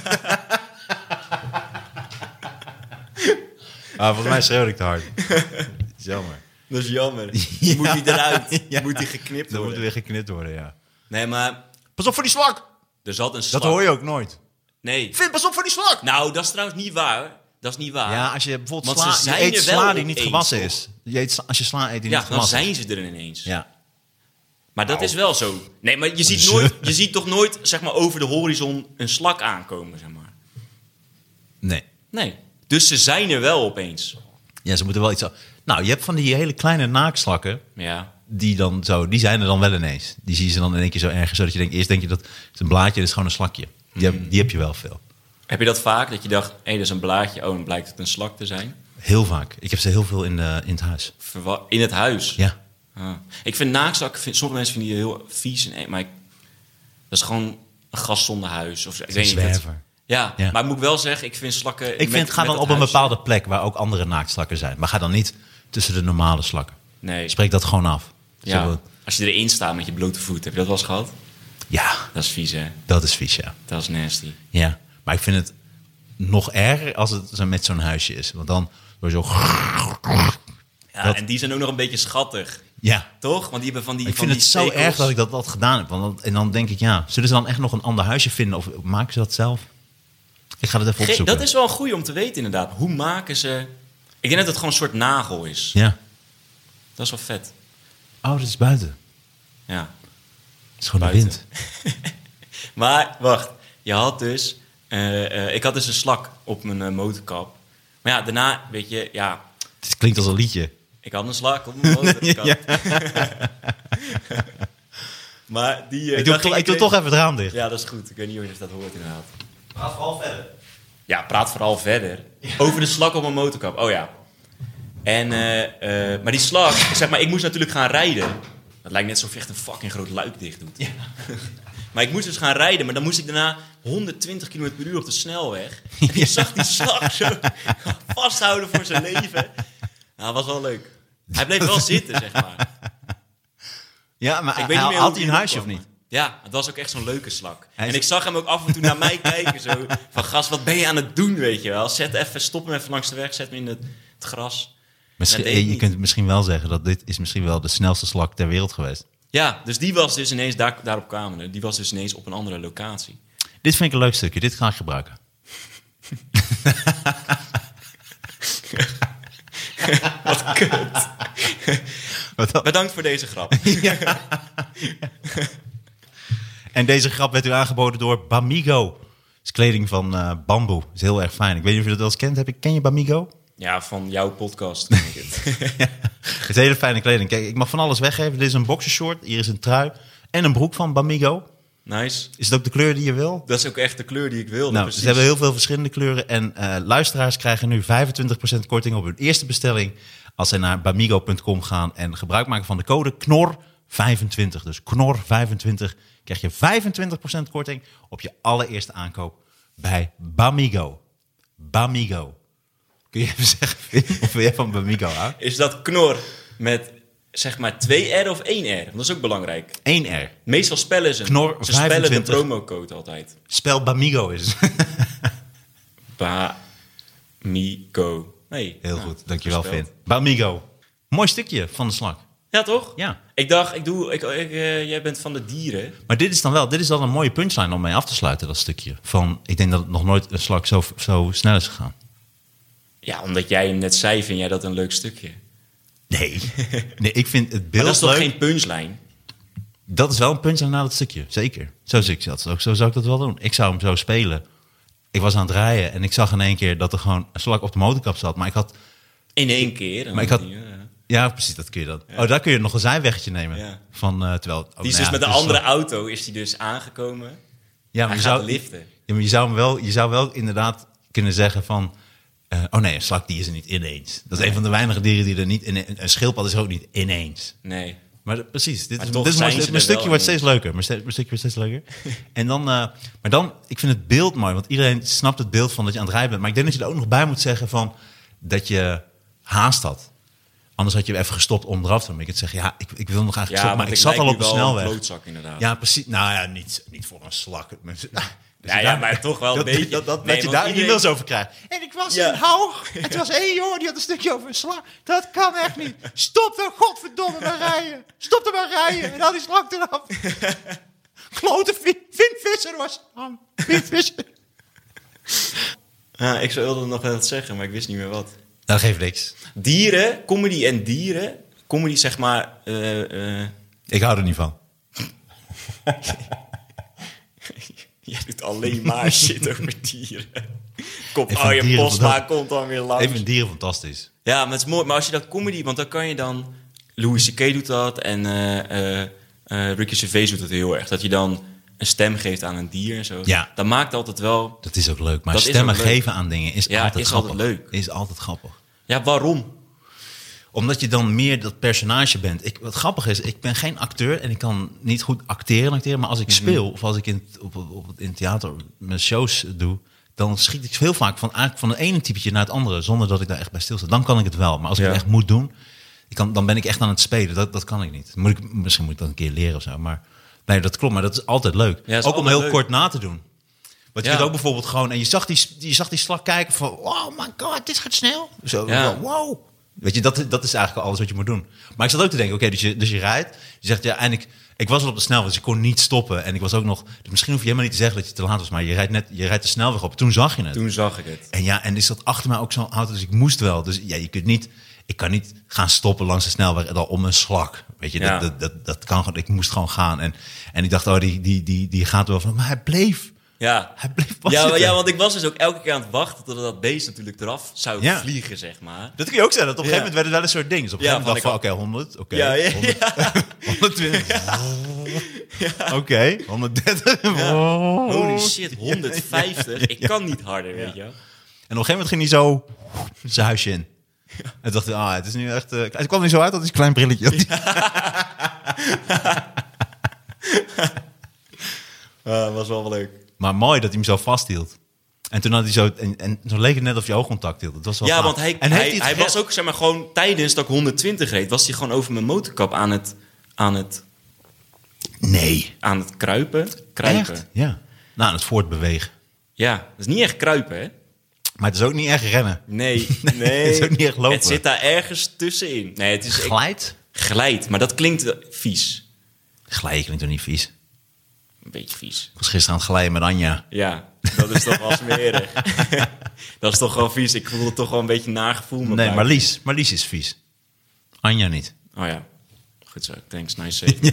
Volgens mij schreeuwde ik te hard. Jammer. Dat is jammer. Ja. Moet hij eruit? Ja. Moet hij geknipt worden? Dan moet hij weer geknipt worden, ja. Nee, maar... Pas op voor die slak! Er zat een slak. Dat hoor je ook nooit. Nee. Vind, pas op voor die slak! Nou, dat is trouwens niet waar. Dat is niet waar. Ja, als je bijvoorbeeld je eet sla die niet gewassen is. Als je sla eet die niet gewassen is. Ja, dan zijn ze er ineens. Ja. Maar dat is wel zo. Nee, maar je ziet toch nooit, zeg maar, over de horizon een slak aankomen, zeg maar. Nee. Dus ze zijn er wel opeens. Ja, ze moeten wel iets... Nou, je hebt van die hele kleine naakslakken. Ja. Die zijn er dan wel ineens. Die zie je ze dan in één keer zo ergens. Zodat je denkt, eerst denk je dat het een blaadje, dat is gewoon een slakje. Die heb je wel veel. Heb je dat vaak? Dat je dacht, dat is een blaadje. Oh, dan blijkt het een slak te zijn. Heel vaak. Ik heb ze heel veel in het huis. In het huis? Ja. Ik vind naakslakken, sommige mensen vinden die heel vies. Maar dat is gewoon een gast zonder huis. Of, ik weet niet. Zwerver. Ja, maar ik moet wel zeggen, ik vind slakken... Ga dan op een bepaalde plek waar ook andere naaktslakken zijn. Maar ga dan niet tussen de normale slakken. Nee. Spreek dat gewoon af. Ja. Als je erin staat met je blote voet, heb je dat wel eens gehad? Ja. Dat is vies, hè? Dat is vies, ja. Dat is nasty. Ja, maar ik vind het nog erger als het zo met zo'n huisje is. Want dan door zo... Ja, en die zijn ook nog een beetje schattig. Ja. Toch? Want die hebben van die... Ik vind het zo erg dat ik dat gedaan heb. En dan denk ik, zullen ze dan echt nog een ander huisje vinden? Of maken ze dat zelf? Ik ga het even opzoeken. Dat is wel een goeie om te weten, inderdaad. Hoe maken ze... Ik denk dat het gewoon een soort nagel is. Ja. Dat is wel vet. Oh, dat is buiten. Ja. Het is gewoon buiten. De wind. Maar, wacht. Je had dus... ik had dus een slak op mijn motorkap. Maar ja, daarna, weet je, ja... Het klinkt als een liedje. Ik had een slak op mijn motorkap. Ja. Maar die... ik doe toch even het raam dicht. Ja, dat is goed. Ik weet niet of je dat hoort, inderdaad. Praat vooral verder. Ja, praat vooral verder. Over de slak op mijn motorkap. Oh ja. En, maar die slak, zeg maar, ik moest natuurlijk gaan rijden. Dat lijkt net alsof je echt een fucking groot luik dicht doet. Ja. Maar ik moest dus gaan rijden, maar dan moest ik daarna 120 km per uur op de snelweg. En ik zag die slak zo vasthouden voor zijn leven. Nou, dat was wel leuk. Hij bleef wel zitten, zeg maar. Ja, maar ik weet niet meer had hij een huisje of niet? Ja, het was ook echt zo'n leuke slak. En ik zag hem ook af en toe naar mij kijken. Zo van, gast, wat ben je aan het doen, weet je wel? Stop hem even langs de weg, zet me in het gras. Je kunt misschien wel zeggen dat dit is misschien wel de snelste slak ter wereld geweest. Ja, dus die was dus ineens, daarop kwamen we. Die was dus ineens op een andere locatie. Dit vind ik een leuk stukje, dit ga ik gebruiken. Wat kut. Bedankt voor deze grap. Ja. En deze grap werd u aangeboden door Bamigo. Dat is kleding van bamboe. Dat is heel erg fijn. Ik weet niet of je dat wel eens kent. Ken je Bamigo? Ja, van jouw podcast. Denk ik het. Ja, het is hele fijne kleding. Kijk, ik mag van alles weggeven. Dit is een boxershort. Hier is een trui. En een broek van Bamigo. Nice. Is het ook de kleur die je wil? Dat is ook echt de kleur die ik wil. Nou, ze hebben heel veel verschillende kleuren. En luisteraars krijgen nu 25% korting op hun eerste bestelling. Als zij naar bamigo.com gaan en gebruik maken van de code KNOR25. Dus KNOR25 krijg je 25% korting op je allereerste aankoop bij Bamigo. Bamigo. Kun je even zeggen of jij van Bamigo houdt? Is dat knor met zeg maar 2 R of 1 R? Dat is ook belangrijk. 1 R. Meestal spellen ze knor ze 25. spellen de promocode altijd. Spel Bamigo is. Bamigo. Hey, heel goed, dankjewel Finn. Bamigo. Mooi stukje van de slak. Ja, toch? Ja. Ik dacht, jij bent van de dieren. Maar dit is dan een mooie punchline om mee af te sluiten, dat stukje. Ik denk dat het nog nooit een slak zo snel is gegaan. Ja, omdat jij hem net zei, vind jij dat een leuk stukje? Nee, ik vind het beeld leuk. Maar dat is toch geen punchline? Dat is wel een puntje na dat stukje, zeker. Zo zou ik dat wel doen. Ik zou hem zo spelen. Ik was aan het rijden en ik zag in één keer dat er gewoon een slak op de motorkap zat. Maar ik had... In één keer? Maar ik had... Ja, precies, dat kun je dan. Ja. Oh, daar kun je nog een zijweggetje nemen. Ja. Terwijl, die is dus met een andere auto is die dus aangekomen. Ja, maar hij gaat liften. Ja, maar je zou wel inderdaad kunnen zeggen van... een slak die is er niet ineens. Dat is een van de weinige dieren die er niet... Een schildpad is er ook niet ineens. Nee. Maar precies, mijn stukje wordt steeds leuker. Mijn stukje wordt steeds leuker. En dan, maar dan, ik vind het beeld mooi. Want iedereen snapt het beeld van dat je aan het rijden bent. Maar ik denk dat je er ook nog bij moet zeggen van... dat je haast had. Anders had je even gestopt om eraf te doen. Ik kan zeggen, ja, ik wil nog eigenlijk stoppen. Maar ik zat al op de snelweg. Klootzak, inderdaad. Ja, precies. Nou ja, niet voor een slak. Maar toch wel een beetje. Dat je daar e-mails over krijgt. En ik was in Haug. En toen was één jongen die had een stukje over een slak. Dat kan echt niet. Stop dan, godverdomme, maar rijden. Stop er maar rijden. En dan die slak eraf. Klote Finn Visser was. Finn Visser. Ja, ik wilde nog wat zeggen, maar ik wist niet meer wat. Dat geeft niks. Dieren, comedy en dieren. Comedy, zeg maar... Ik hou er niet van. Jij doet alleen maar shit over dieren. Je Postma komt dan weer langs. Ik vind dieren fantastisch. Ja, maar het is mooi. Maar als je dat comedy... Want dan kan je dan... Louis C.K. doet dat en Ricky Gervais doet dat heel erg. Dat je dan een stem geeft aan een dier en zo. Ja. Dat maakt altijd wel... Dat is ook leuk. Maar stemmen geven aan dingen is altijd grappig. Altijd leuk. Is altijd grappig. Ja, waarom? Omdat je dan meer dat personage bent. Wat grappig is, ik ben geen acteur en ik kan niet goed acteren. Maar als ik speel of als ik in theater mijn shows doe... dan schiet ik heel vaak van het ene typetje naar het andere... zonder dat ik daar echt bij stilsta. Dan kan ik het wel. Maar als ik het echt moet doen, dan ben ik echt aan het spelen. Dat kan ik niet. Misschien moet ik dat een keer leren of zo. Maar nee, dat klopt. Maar dat is altijd leuk. Ja, ook om heel leuk. Kort na te doen. Want je kunt ook bijvoorbeeld gewoon... En je zag die slag kijken van... Oh my god, dit gaat snel. Zo, wow. Weet je, dat is eigenlijk alles wat je moet doen. Maar ik zat ook te denken, dus je rijdt. Je zegt, ja, en ik was al op de snelweg, dus ik kon niet stoppen. En ik was ook nog... Dus misschien hoef je helemaal niet te zeggen dat je te laat was... maar je rijdt de snelweg op. Toen zag je het. Toen zag ik het. En er zat achter mij ook zo'n auto, dus ik moest wel. Dus ja, ik kan niet gaan stoppen langs de snelweg... en dan om een slak. Weet je, dat kan gewoon. Ik moest gewoon gaan. En ik dacht, die gaat wel van... Maar hij bleef... Ja. Hij bleef pas want ik was dus ook elke keer aan het wachten... tot dat beest natuurlijk eraf zou vliegen, zeg maar. Dat kun je ook zeggen. Dat op een gegeven moment werd het wel een soort ding. Dus op een gegeven moment dacht ik van, 100, 120. Oké, 130. Holy shit, 150. Ik kan niet harder, weet je wel. En op een gegeven moment ging hij zo zijn huisje in. En dacht ik, het is nu echt... het kwam niet zo uit, dat is een klein brilletje. Dat was wel leuk. Maar mooi dat hij hem zo vasthield. En toen had hij zo... En zo leek het net of je oogcontact hield. Dat was wel want hij was ook, zeg maar, gewoon... Tijdens dat ik 120 reed... was hij gewoon over mijn motorkap aan het... Nee. Aan het kruipen. Echt? Ja. Nou, aan het voortbewegen. Ja, dat is niet echt kruipen, hè? Maar het is ook niet echt rennen. Nee. Het is ook niet echt lopen. Het zit daar ergens tussenin. Nee, het is Glijdt, maar dat klinkt vies. Glijden klinkt toch niet vies? Een beetje vies. Ik was gisteren aan het glijden met Anja. Ja, dat is toch wel smerig. Dat is toch gewoon vies. Ik voelde toch wel een beetje nagevoel. Nee, Marlies is vies. Anja niet. Oh ja. Goed zo. Thanks, nice save.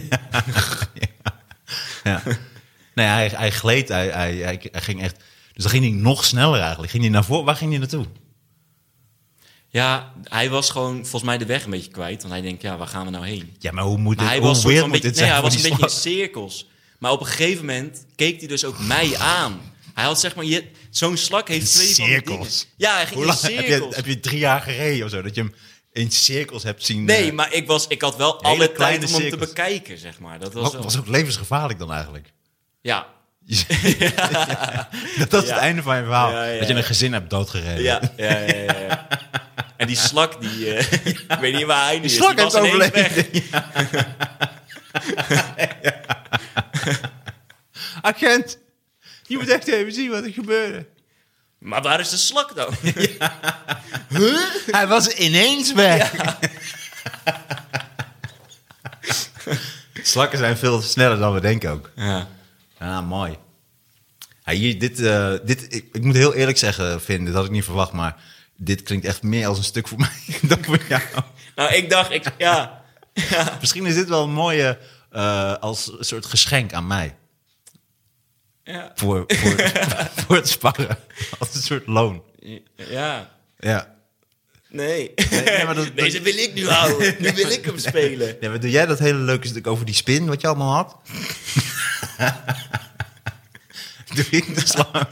Ja. Nee, hij gleed. Hij ging echt... Dus dan ging hij nog sneller eigenlijk. Ging hij naar voren? Waar ging hij naartoe? Ja, hij was gewoon volgens mij de weg een beetje kwijt. Want hij denkt, waar gaan we nou heen? Ja, maar hoe moet dit, hij was een beetje in cirkels. Maar op een gegeven moment keek hij dus ook mij aan. Hij had zeg maar... Zo'n slak heeft twee cirkels. Van die dingen. Ja, hij ging in cirkels. Heb je 3 jaar gereden of zo? Dat je hem in cirkels hebt zien... Nee, maar ik had wel alle tijd om hem te bekijken, zeg maar. Dat was ook levensgevaarlijk dan eigenlijk. Ja. Dat is het einde van je verhaal. Dat je een gezin hebt doodgereden. Ja. En die slak, ik weet niet waar hij nu is. Die slak heeft overleefd. Agent, je moet echt even zien wat er gebeurde. Maar waar is de slak dan? Huh? Hij was ineens weg. Ja. Slakken zijn veel sneller dan we denken ook. Ja, mooi. Ik moet heel eerlijk zeggen, Finn, dit had ik niet verwacht, maar dit klinkt echt meer als een stuk voor mij dan voor jou. Nou, ik dacht, ja. Misschien is dit wel een mooie als een soort geschenk aan mij. Ja. Voor het sparren. Als een soort loon. Ja. Ja. Nee. Maar Deze wil ik nu houden. Nu wil ik hem spelen. Ja, maar doe jij dat hele leuke stuk over die spin wat je allemaal had? Doe ik de slang?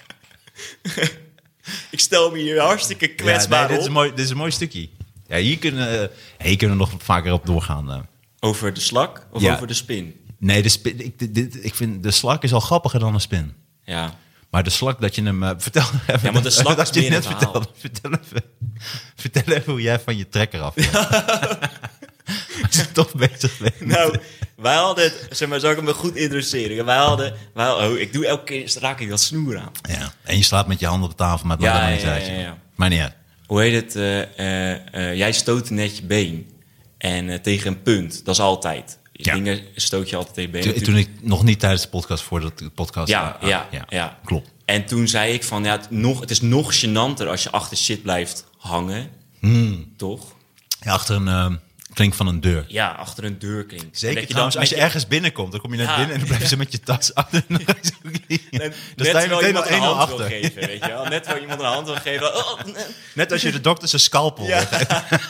Ik stel me hier hartstikke kwetsbaar dit is op. dit is een mooi stukje. Ja, hier kunnen we nog vaker op doorgaan. Over de slak of Ja. over de spin? Nee, de spin, ik vind de slak is al grappiger dan een spin. Ja. Maar de slak dat je hem... vertel even. Ja, maar de slak dat is je meer net een verhaal. Vertel even hoe jij van je trekker af bent. Als je toch bezig bent. Nou, wij hadden het... Zeg maar, zal ik hem wel goed introduceren? Ik doe elke keer... raak ik dat snoer aan. Ja, en je slaat met je handen op de tafel, maar het maakt Ja, helemaal niks ja, uit. ja, ja. Maar niet uit. Hoe heet het? Jij stoot net je been. En tegen een punt. Dat is altijd. Ja. Dingen stoot je altijd tegen je been. Toen ik nog niet tijdens de podcast, voordat de podcast... Ja. Klopt. En toen zei ik van, het is nog gênanter als je achter shit blijft hangen. Toch? Ja, achter een klink van een deur. Ja, achter een deur klinkt. Zeker dat je trouwens, dan als je met ergens binnenkomt, dan kom je net Ja. binnen en dan blijf je met je tas achter. Dan Net sta je terwijl meteen iemand al een 1-0 hand wil achter. geven, weet je wel. Net terwijl iemand een hand wil geven. Oh, nee. Net als je de dokter zijn scalpel weggeeft.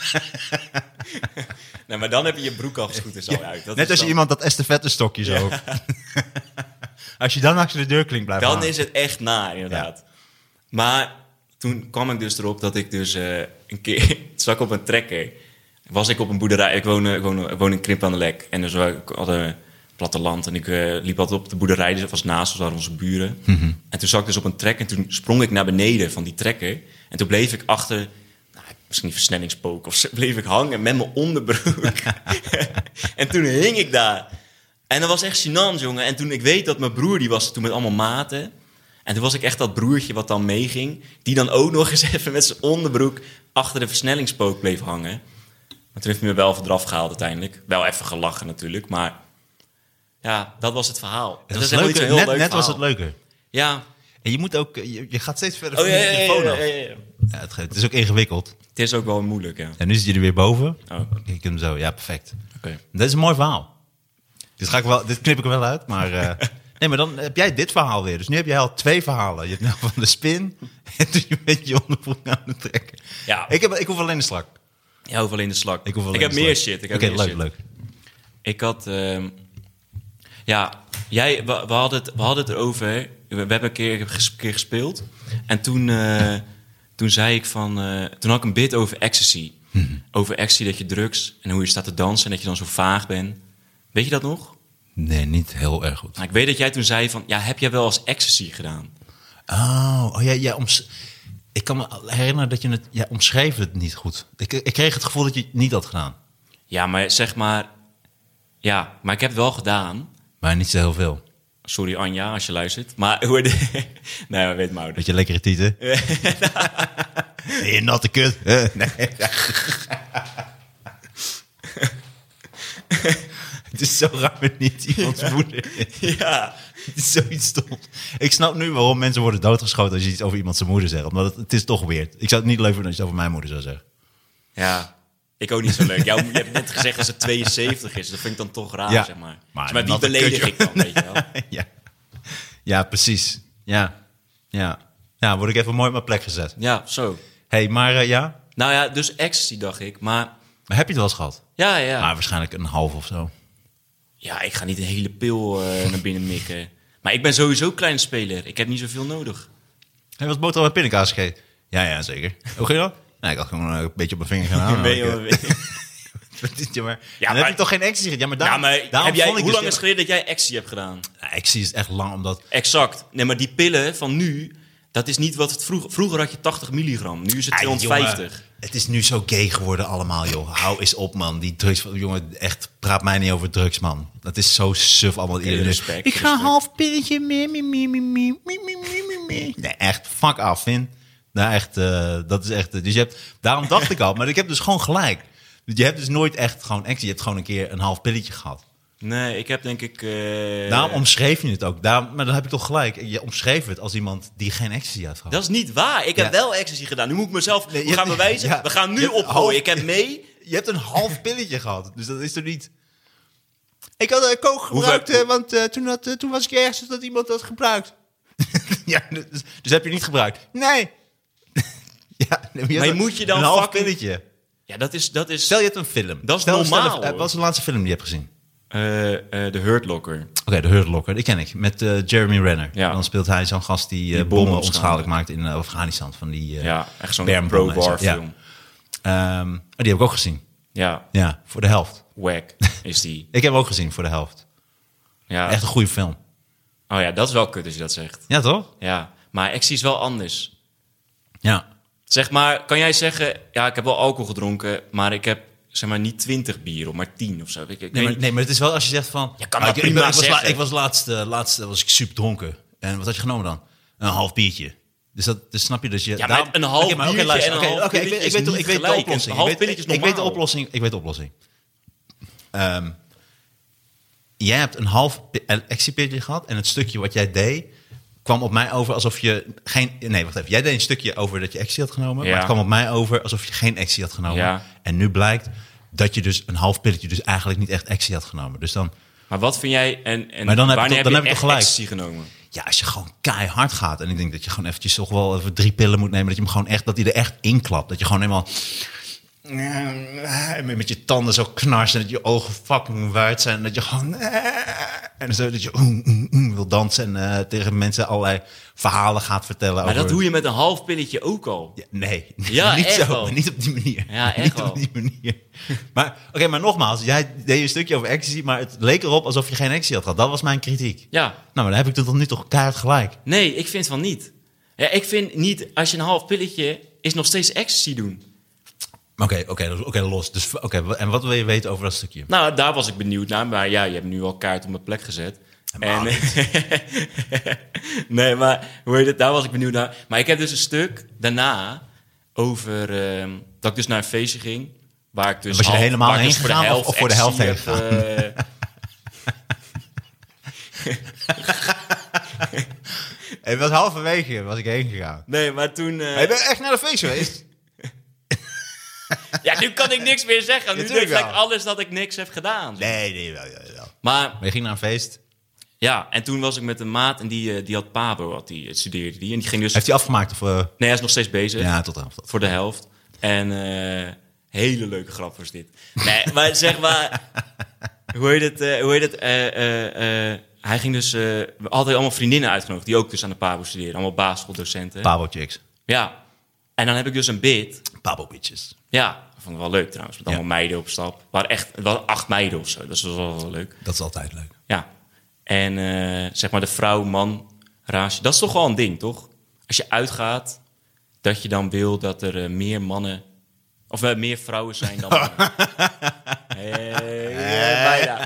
Nee, maar dan heb je je broek al goed is al uit. Dat Net is als je dan, iemand dat estafette stokje zo. Als je dan achter de deurklink blijft dan hangen. is het echt naar, inderdaad. Maar toen kwam ik dus erop dat ik dus een keer... zat ik op een trekker. Was ik op een boerderij. Ik woon in Krimp aan de Lek. En dus we hadden platteland. En ik liep altijd op de boerderij. Dus dat was naast, dat waren onze buren. En toen zat ik dus op een trekker. En toen sprong ik naar beneden van die trekker. En toen bleef ik achter... misschien een versnellingspook of zo, bleef ik hangen met mijn onderbroek. En toen hing ik daar. En dat was echt gênant, jongen. En toen, ik weet dat mijn broer, die was toen met allemaal maten. En toen was ik echt dat broertje wat dan meeging. Die dan ook nog eens even met zijn onderbroek achter de versnellingspook bleef hangen. Maar toen heeft hij me wel even eraf gehaald uiteindelijk. Wel even gelachen natuurlijk, maar... Ja, dat was het verhaal. Dat is is helemaal niet leuker. zo'n heel leuk Net was verhaal. het leuker. Ja. En je moet ook... Je gaat steeds verder Oh, van je telefoon af. ja. Ja, het is ook ingewikkeld. Het is ook wel moeilijk, ja. En nu zit je er weer boven. Oh. Kijk hem zo. Ja, perfect. Oké. Dat is een mooi verhaal. Dit knip ik er wel uit, maar... nee, maar dan heb jij dit verhaal weer. Dus nu heb jij al 2 verhalen. Je hebt nou van de spin en toen je met je onderbroek aan het trekken. Ja. Ik hoef alleen de slak. Ja, hoef alleen de slak. Ik heb meer shit. Oké, leuk. Ik had... we hadden het erover. We hebben een keer gespeeld. En toen zei ik van... toen had ik een bit over ecstasy. Over ecstasy, dat je drugs en hoe je staat te dansen... en dat je dan zo vaag bent. Weet je dat nog? Nee, niet heel erg goed. Nou, ik weet dat jij toen zei van... Ja, heb jij wel eens ecstasy gedaan? Ik kan me herinneren dat jij omschreef het niet goed. Ik kreeg het gevoel dat je het niet had gedaan. Ja, maar zeg maar... Ja, maar ik heb het wel gedaan. Maar niet zo heel veel. Sorry Anja, als je luistert. Maar hoe... Nee, maar weet maar. Beetje lekkere tieten. Je natte kut. Nee. Het is zo raar met niet iemands moeder. Ja. Het is zoiets stoms. Ik snap nu waarom mensen worden doodgeschoten als je iets over iemand zijn moeder zegt. Omdat het is toch weird. Ik zou het niet leuk vinden als je het over mijn moeder zou zeggen. Ja, ik ook niet zo leuk. Je hebt net gezegd dat ze 72 is. Dat vind ik dan toch raar, Ja, zeg maar. maar Zeg maar wie natte beledig kutje. ik dan, weet je wel? Ja, precies. Ja, word ik even mooi op mijn plek gezet. Ja, zo. Hey, maar ja? Nou ja, dus ecstasy dacht ik. Maar Maar heb je het wel eens gehad? ja. Maar waarschijnlijk een half of zo. Ja, ik ga niet een hele pil naar binnen mikken. Maar ik ben sowieso kleine speler. Ik heb niet zoveel nodig. Heb je wat boterham met pindakaas gegeten? Ja, zeker. Hoe ging dat? Nee, ik had gewoon een beetje op mijn vinger gedaan. Maar dan heb je toch geen ecstasy? Ja, maar daarom heb jij, vond ik hoe dus- lang is het geleden dat jij ecstasy hebt gedaan? Ja, ecstasy is echt lang, omdat... Exact. Nee, maar die pillen van nu, dat is niet wat het vroeger had je 80 milligram. Nu is het 250. Jongen, het is nu zo gay geworden allemaal, joh. Hou eens op, man. Die drugs... Jongen, echt, praat mij niet over drugs, man. Dat is zo suf allemaal. Iedereen respect, ik ga respect. een half pilletje meer. Nee, echt, fuck af, Vin. Nou, echt, dat is echt... Dus daarom dacht ik al, maar ik heb dus gewoon gelijk. Je hebt dus nooit echt gewoon ecstasy. Je hebt gewoon een keer een half pilletje gehad. Nee, ik heb denk ik... Daarom omschreef je het ook. Maar dan heb ik toch gelijk. Je omschreef het als iemand die geen ecstasy had gehad. Dat is niet waar. Ik heb wel ecstasy gedaan. Nu moet ik mezelf gaan bewijzen. Ja, We gaan je nu hebt opgooien. half- Ik heb mee. Je hebt een half pilletje gehad. Dus dat is er niet... Ik had kook gebruikt, want toen was ik ergens dat iemand dat gebruikt. Ja, dus heb je niet gebruikt? Nee. Ja, maar je moet je dan een half pilletje. Ja, dat is... Stel je het een film. Dat is normaal. Wat is de laatste film die je hebt gezien? The Hurt Locker. Oké, The Hurt Locker, die ken ik. Met Jeremy Renner. Ja. Dan speelt hij zo'n gast die bommen onschadelijk maakt in Afghanistan. Van die echt zo'n pro-war film. Die heb ik ook gezien. Ja. Ja, voor de helft. Wack is die. Ik heb hem ook gezien voor de helft. Ja. Echt een goede film. Oh ja, dat is wel kut als je dat zegt. Ja, toch? Ja, maar actie is wel anders. Ja. Zeg maar, kan jij zeggen... Ja, ik heb wel alcohol gedronken, maar ik heb zeg maar niet 20 bier of maar 10 of zo. Nee, maar het is wel als je zegt van... Je kan dat prima zeggen. Ik was laatst was ik super dronken. En wat had je genomen dan? Een half biertje. Dus snap je dus je... Ja, maar een half biertje en een half pilletje is niet ik weet de gelijk. oplossing. Een half pilletje is normaal. Ik weet de oplossing. Jij hebt een half actiepilletje gehad en het stukje wat jij deed kwam op mij over alsof je geen... Nee, wacht even. Jij deed een stukje over dat je actie had genomen, maar het kwam op mij over alsof je geen actie had genomen. Ja. En nu blijkt dat je dus een half pilletje dus eigenlijk niet echt actie had genomen. Dus dan... Maar wat vind jij... Maar dan wanneer heb je toch echt gelijk. actie genomen? Ja, als je gewoon keihard gaat. En ik denk dat je gewoon eventjes toch wel even 3 pillen moet nemen. Dat je hem gewoon echt, dat hij er echt inklapt. Dat je gewoon helemaal met je tanden zo knarsen. En dat je ogen fucking wijd zijn. En dat je gewoon... En zo dat je wil dansen. En tegen mensen allerlei verhalen gaat vertellen. Maar dat doe je met een half pilletje ook al. Ja, nee, Ja, niet echt zo. wel. Maar niet op die manier. Ja, echt niet wel. op die manier. Maar oké, maar nogmaals. Jij deed een stukje over ecstasy. Maar het leek erop alsof je geen ecstasy had gehad. Dat was mijn kritiek. Ja. Nou, maar dan heb ik tot nu toch keihard gelijk. Nee, ik vind van niet. Ja, ik vind niet, als je een half pilletje is nog steeds ecstasy doen. Oké, los. Dus, en wat wil je weten over dat stukje? Nou, daar was ik benieuwd naar. Maar ja, je hebt nu al kaart op mijn plek gezet. Nee, maar hoe heet het? Daar was ik benieuwd naar. Maar ik heb dus een stuk daarna over dat ik dus naar een feestje ging. Waar ik dus was je er helemaal heen dus gegaan of voor de helft heen gegaan? Het was halverwege was ik heen gegaan. Nee, maar toen... Maar je bent echt naar de feest geweest? Ja, nu kan ik niks meer zeggen. Nu Natuurlijk denk ik wel. alles dat ik niks heb gedaan. Nee, wel. Maar Maar je ging naar een feest. ja, en toen was ik met een maat en die had Pabo, studeerde die. En die ging dus... Heeft hij afgemaakt? Of, Nee, hij is nog steeds bezig. Ja, tot de helft. Voor de helft. En hele leuke grap was dit. Nee, maar zeg maar... Hoe heet het? Hij ging dus... we hadden allemaal vriendinnen uitgenodigd die ook dus aan de Pabo studeren. Allemaal basisschooldocenten. Pabo chicks. Ja. En dan heb ik dus een bid. Pabo bitches. Ja, dat vond ik wel leuk trouwens. Met allemaal meiden op stap. Het waren 8 meiden of zo. Dat was wel leuk. Dat is altijd leuk. Ja. En zeg maar de vrouw-man ratio. Dat is toch wel een ding, toch? Als je uitgaat, dat je dan wil dat er meer mannen... Of meer vrouwen zijn dan mannen. Bijna.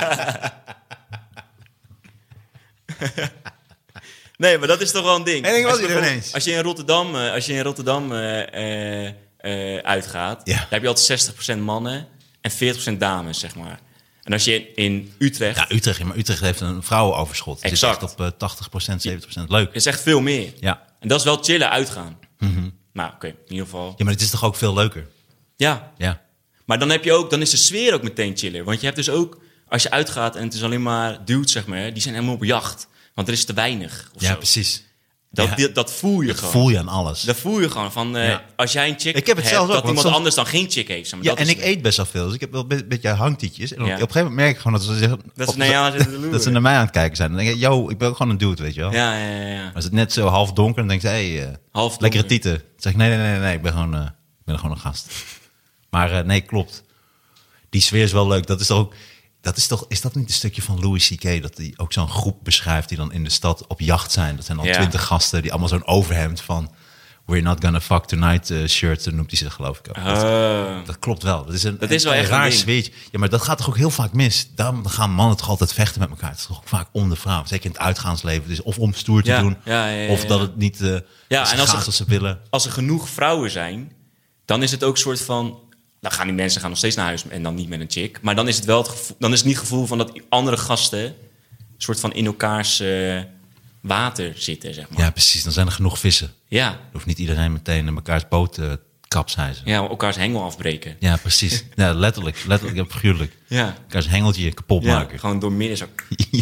Nee, maar dat is toch wel een ding. En ik was er ineens. Als je in Rotterdam uitgaat, Ja. dan heb je altijd 60% mannen en 40% dames, zeg maar. En als je in Utrecht... Ja, Utrecht heeft een vrouwenoverschot. Het Exact. is echt op 80%, 70% leuk. is echt veel meer. Ja. En dat is wel chillen uitgaan. Nou, oké, in ieder geval. Ja, maar het is toch ook veel leuker? Ja, Ja. maar dan is de sfeer ook meteen chiller. Want je hebt dus ook, als je uitgaat en het is alleen maar dudes, zeg maar, die zijn helemaal op jacht. Want er is te weinig. Of Ja, zo. precies. Dat voel je gewoon. Voel je aan alles. Dat voel je gewoon van, als jij een chick Ik heb het hebt, zelfs ook, dat want iemand soms- anders dan geen chick heeft. Zeg maar. Ja, Dat en is ik eet best wel veel. Dus ik heb wel een beetje hangtietjes. En op Ja. een gegeven moment merk ik gewoon dat ze zeggen... Dat ze naar jou zitten te loeren. Dat ze naar mij aan het kijken zijn. Dan denk ik, yo, ik ben ook gewoon een dude, weet je wel. Ja. Als het net zo half donker, dan denk je, hey, Half lekkere donker. tieten. Dan zeg ik, nee, ik ben gewoon een gast. Maar nee, klopt. Die sfeer is wel leuk. Is dat niet een stukje van Louis C.K. dat hij ook zo'n groep beschrijft die dan in de stad op jacht zijn? Dat zijn dan 20 gasten die allemaal zo'n overhemd van We're not gonna fuck tonight shirt, noemt hij ze geloof ik ook. Dat klopt wel. Dat is Dat is wel een echt een raar ding. sfeertje. Ja, maar dat gaat toch ook heel vaak mis. Dan gaan mannen toch altijd vechten met elkaar. Het is toch ook vaak om de vrouw. Zeker in het uitgaansleven. Dus of om stoer te Ja, doen. ja. Of dat het niet Ja, als en als gaat er- zoals ze willen. Als er genoeg vrouwen zijn, dan is het ook een soort van... Dan gaan die mensen nog steeds naar huis en dan niet met een chick. Maar dan is het wel het gevoel, dan is het niet het gevoel van dat andere gasten een soort van in elkaars water zitten, zeg maar. Ja, precies. Dan zijn er genoeg vissen. Ja. Dan hoeft niet iedereen meteen in elkaars boot te kapseizen. Ja, elkaars hengel afbreken. Ja, precies. Ja, letterlijk en figuurlijk. Ja. Elkaars hengeltje kapot maken. Gewoon door midden zo.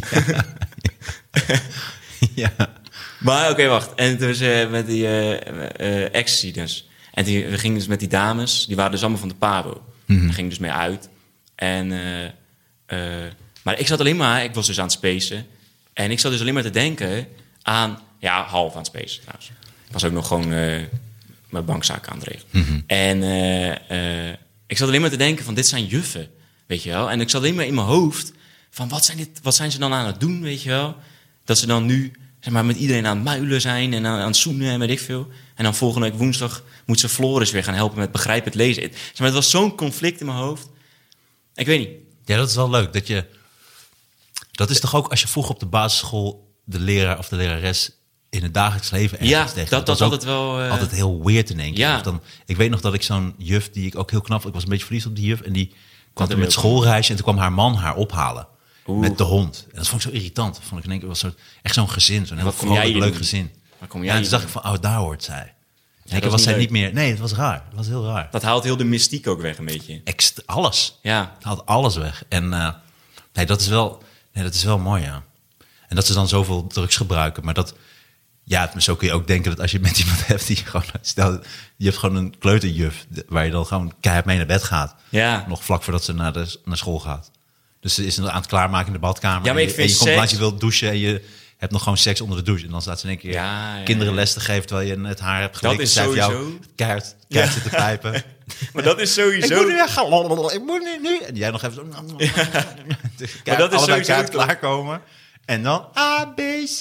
Ja. Maar oké, wacht. En toen met die ecstasy dus. En we gingen dus met die dames, die waren dus allemaal van de Pabo. Daar ging dus mee uit. En, maar ik was dus aan het spacen. En ik zat dus alleen maar te denken aan, half aan het spacen trouwens. Ik was ook nog gewoon mijn bankzaken aan het regelen. En ik zat alleen maar te denken van, dit zijn juffen, weet je wel. En ik zat alleen maar in mijn hoofd van, wat zijn ze dan aan het doen, weet je wel. Dat ze dan nu, zeg maar, met iedereen aan het muilen zijn en aan het zoenen en weet ik veel. En dan volgende week woensdag moet ze Floris weer gaan helpen met begrijpend lezen. Zeg maar, het was zo'n conflict in mijn hoofd. Ik weet niet. Ja, dat is wel leuk. Dat is toch ook als je vroeger op de basisschool de leraar of de lerares in het dagelijks leven ergens tegen. Dat was altijd wel... altijd heel weird in één keer. Ja. Ik weet nog dat ik zo'n juf die ik ook heel knap... Ik was een beetje verliefd op die juf. En die kwam toen met schoolreisje. En toen kwam haar man haar ophalen. Met de hond. En dat vond ik zo irritant. Dat vond ik in één keer was echt zo'n gezin. Zo'n heel vrolijk, leuk gezin. Waar kom Ja, jij en toen dacht ik van, daar hoort zij. Ja, was zij niet meer... Nee, het was raar. Het was heel raar. Dat haalt heel de mystiek ook weg een beetje. Alles. Ja. Het haalt alles weg. En dat is wel mooi, ja. En dat ze dan zoveel drugs gebruiken. Maar dat... Ja, zo kun je ook denken dat als je met iemand hebt die gewoon... Stel, je hebt gewoon een kleuterjuf waar je dan gewoon keihard mee naar bed gaat. Ja. Nog vlak voordat ze naar school gaat. Dus ze is aan het klaarmaken in de badkamer. Ja, maar ik vind je komt langs, je wilt douchen en je hebt nog gewoon seks onder de douche. En dan staat ze in één keer kinderen les te geven terwijl je het haar hebt gelikt. Dat is sowieso. jou Keihard zitten pijpen. Maar dat is sowieso... Ik moet nu weg gaan. Ik moet nu. En jij nog even zo... Maar dat is sowieso klaarkomen. En dan A, B, C.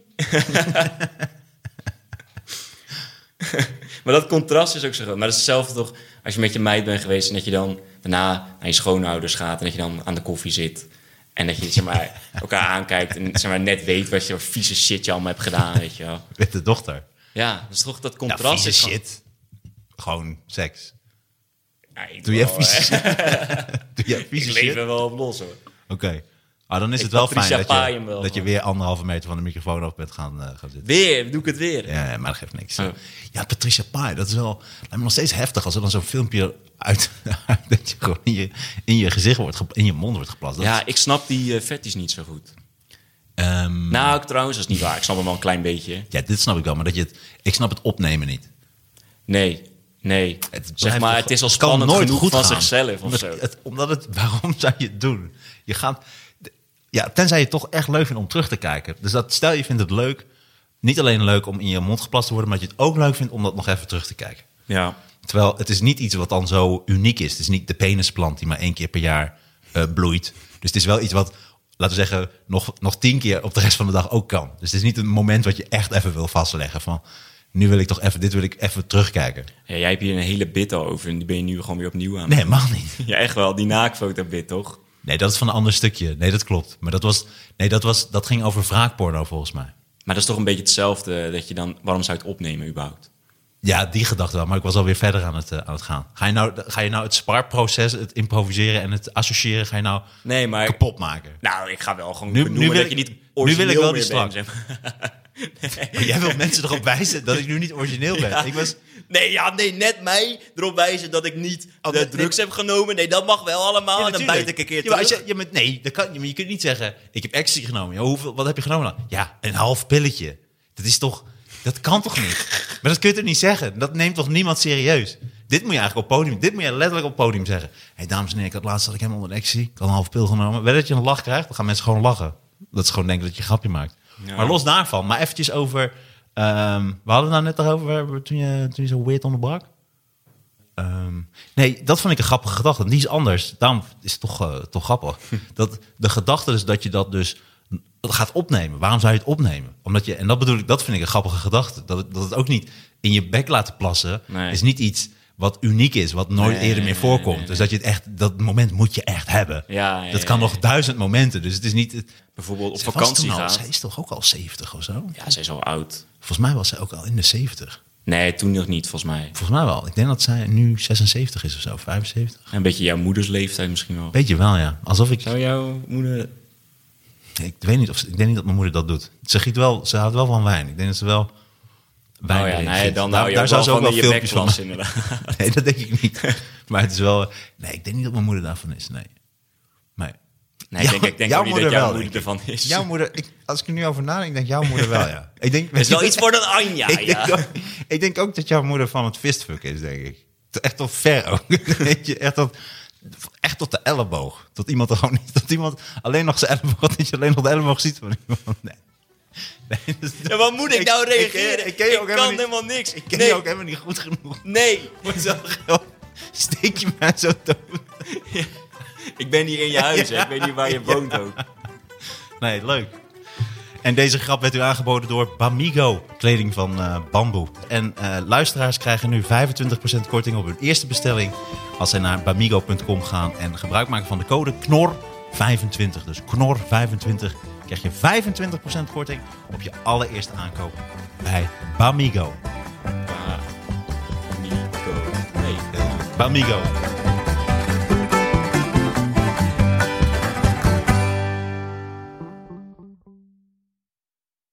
Maar dat contrast is ook zo groot. Maar dat is hetzelfde toch als je met je meid bent geweest... en dat je dan daarna naar je schoonouders gaat... en dat je dan aan de koffie zit... en dat je zeg maar, elkaar aankijkt... en zeg maar, net weet wat je vieze shit je allemaal hebt gedaan, weet je wel. Met de dochter. Ja, dat is toch dat contrast. Vieze shit. Gewoon seks. Ja, Doe je vieze shit? Doe je vieze ik shit? leef er wel op los, hoor. Oké. Dan is het wel fijn wel, dat je weer 1,5 meter van de microfoon af bent gaan zitten. Weer? Doe ik het weer? Ja, maar dat geeft niks. Oh. Ja, Patricia Pai, dat is wel... lijkt me nog steeds heftig als er dan zo'n filmpje uit... dat je gewoon in je gezicht in je mond wordt geplast. Ik snap die fetish niet zo goed. Nou, trouwens, dat is niet waar. Ik snap hem wel een klein beetje. Ja, dit snap ik wel, maar ik snap het opnemen niet. Nee. Zeg maar, het is al kan spannend nooit genoeg goed van gaan. zichzelf of zo. Waarom zou je het doen? Je gaat... Ja, tenzij je het toch echt leuk vindt om terug te kijken. Dus stel je vindt het leuk, niet alleen leuk om in je mond geplast te worden... maar dat je het ook leuk vindt om dat nog even terug te kijken. Ja. Terwijl het is niet iets wat dan zo uniek is. Het is niet de penisplant die maar 1 keer per jaar bloeit. Dus het is wel iets wat, laten we zeggen, nog 10 keer op de rest van de dag ook kan. Dus het is niet een moment wat je echt even wil vastleggen van... nu wil ik toch even, dit wil ik even terugkijken. Ja, jij hebt hier een hele bit al over en die ben je nu gewoon weer opnieuw aan. Nee, mag niet. Ja, echt wel. Die naakfoto-bit, toch? Nee, dat is van een ander stukje. Nee, dat klopt. Maar dat ging over wraakporno volgens mij. Maar dat is toch een beetje hetzelfde dat je dan... Waarom zou je het opnemen überhaupt? Ja, die gedachte wel. Maar ik was alweer verder aan het gaan. Ga je nou het sparproces, het improviseren en het associëren... ga je nou kapot maken? Nou, ik ga wel gewoon benoemen dat je niet origineel nu wil ik wel die bent. slag. Maar jij wil mensen erop wijzen dat ik nu niet origineel ben. Ja. Ik was... Nee, net mij erop wijzen dat ik niet de drugs heb genomen. Nee, dat mag wel allemaal. Ja, en dan bijt ik een keer terug. terug. Dat kan, je kunt niet zeggen, ik heb ecstasy genomen. Ja, wat heb je genomen dan? Ja, een half pilletje. Dat kan toch niet? Maar dat kun je toch niet zeggen? Dat neemt toch niemand serieus? Dit moet je eigenlijk op podium, dit moet je letterlijk op podium zeggen. Hé, dames en heren, laatst had ik helemaal onder ecstasy. Ik had een half pil genomen. Weet dat je een lach krijgt? Dan gaan mensen gewoon lachen. Dat ze gewoon denken dat je een grapje maakt. Ja. Maar los daarvan, maar eventjes over... we hadden het nou net over toen je zo weird onderbrak. Nee, dat vond ik een grappige gedachte. Die is anders. Daarom is het toch grappig. Dat de gedachte is dat je dat dus gaat opnemen. Waarom zou je het opnemen? En dat vind ik een grappige gedachte. Dat het ook niet in je bek laten plassen... is niet iets wat uniek is, wat nooit eerder meer voorkomt. Nee. Dus dat je het echt, dat moment moet je echt hebben. Dat kan nog 1000 momenten. Dus het is niet... Bijvoorbeeld op vakantie gaan. Zij is toch ook al 70 of zo? Ja, zij is al oud. Volgens mij was zij ook al in de 70. Nee, toen nog niet, volgens mij. Volgens mij wel. Ik denk dat zij nu 76 is of zo, 75. Een beetje jouw moeders leeftijd misschien wel. Beetje wel, ja. Alsof ik... Zou jouw moeder... Ik denk niet dat mijn moeder dat doet. Ze houdt wel van wijn. Ik denk dat ze wel wijn Oh ja, erin nee, zit. dan hou je ook zou wel ze van je filmpjes bekglas van inderdaad. Nee, dat denk ik niet. Maar het is wel... Nee, ik denk niet dat mijn moeder daarvan is, nee. Nee, ik denk ook niet dat jouw moeder ervan is. Jouw moeder, als ik er nu over nadenk, denk jouw moeder wel, ja. Ik denk, Het is wel iets voor dan Anja, ik denk ook dat jouw moeder van het fistfuck is, denk ik. Echt tot ver ook. Weet je, echt tot de elleboog. Tot iemand er gewoon niet... Dat iemand alleen nog zijn elleboog... Dat je alleen nog de elleboog ziet van iemand. Nee, dus, ja, wat moet ik nou reageren? Ik kan helemaal niks. Ik ken je ook helemaal niet goed genoeg. Nee. Steek je mij zo dood. Ja. Ik ben hier in je huis, hè? Ik weet niet waar je woont ook. Nee, leuk. En deze grap werd u aangeboden door Bamigo, kleding van bamboe. En luisteraars krijgen nu 25% korting op hun eerste bestelling als zij naar bamigo.com gaan en gebruik maken van de code KNOR25. Dus KNOR25 krijg je 25% korting op je allereerste aankoop bij Bamigo. Bamigo. Nee. Bamigo.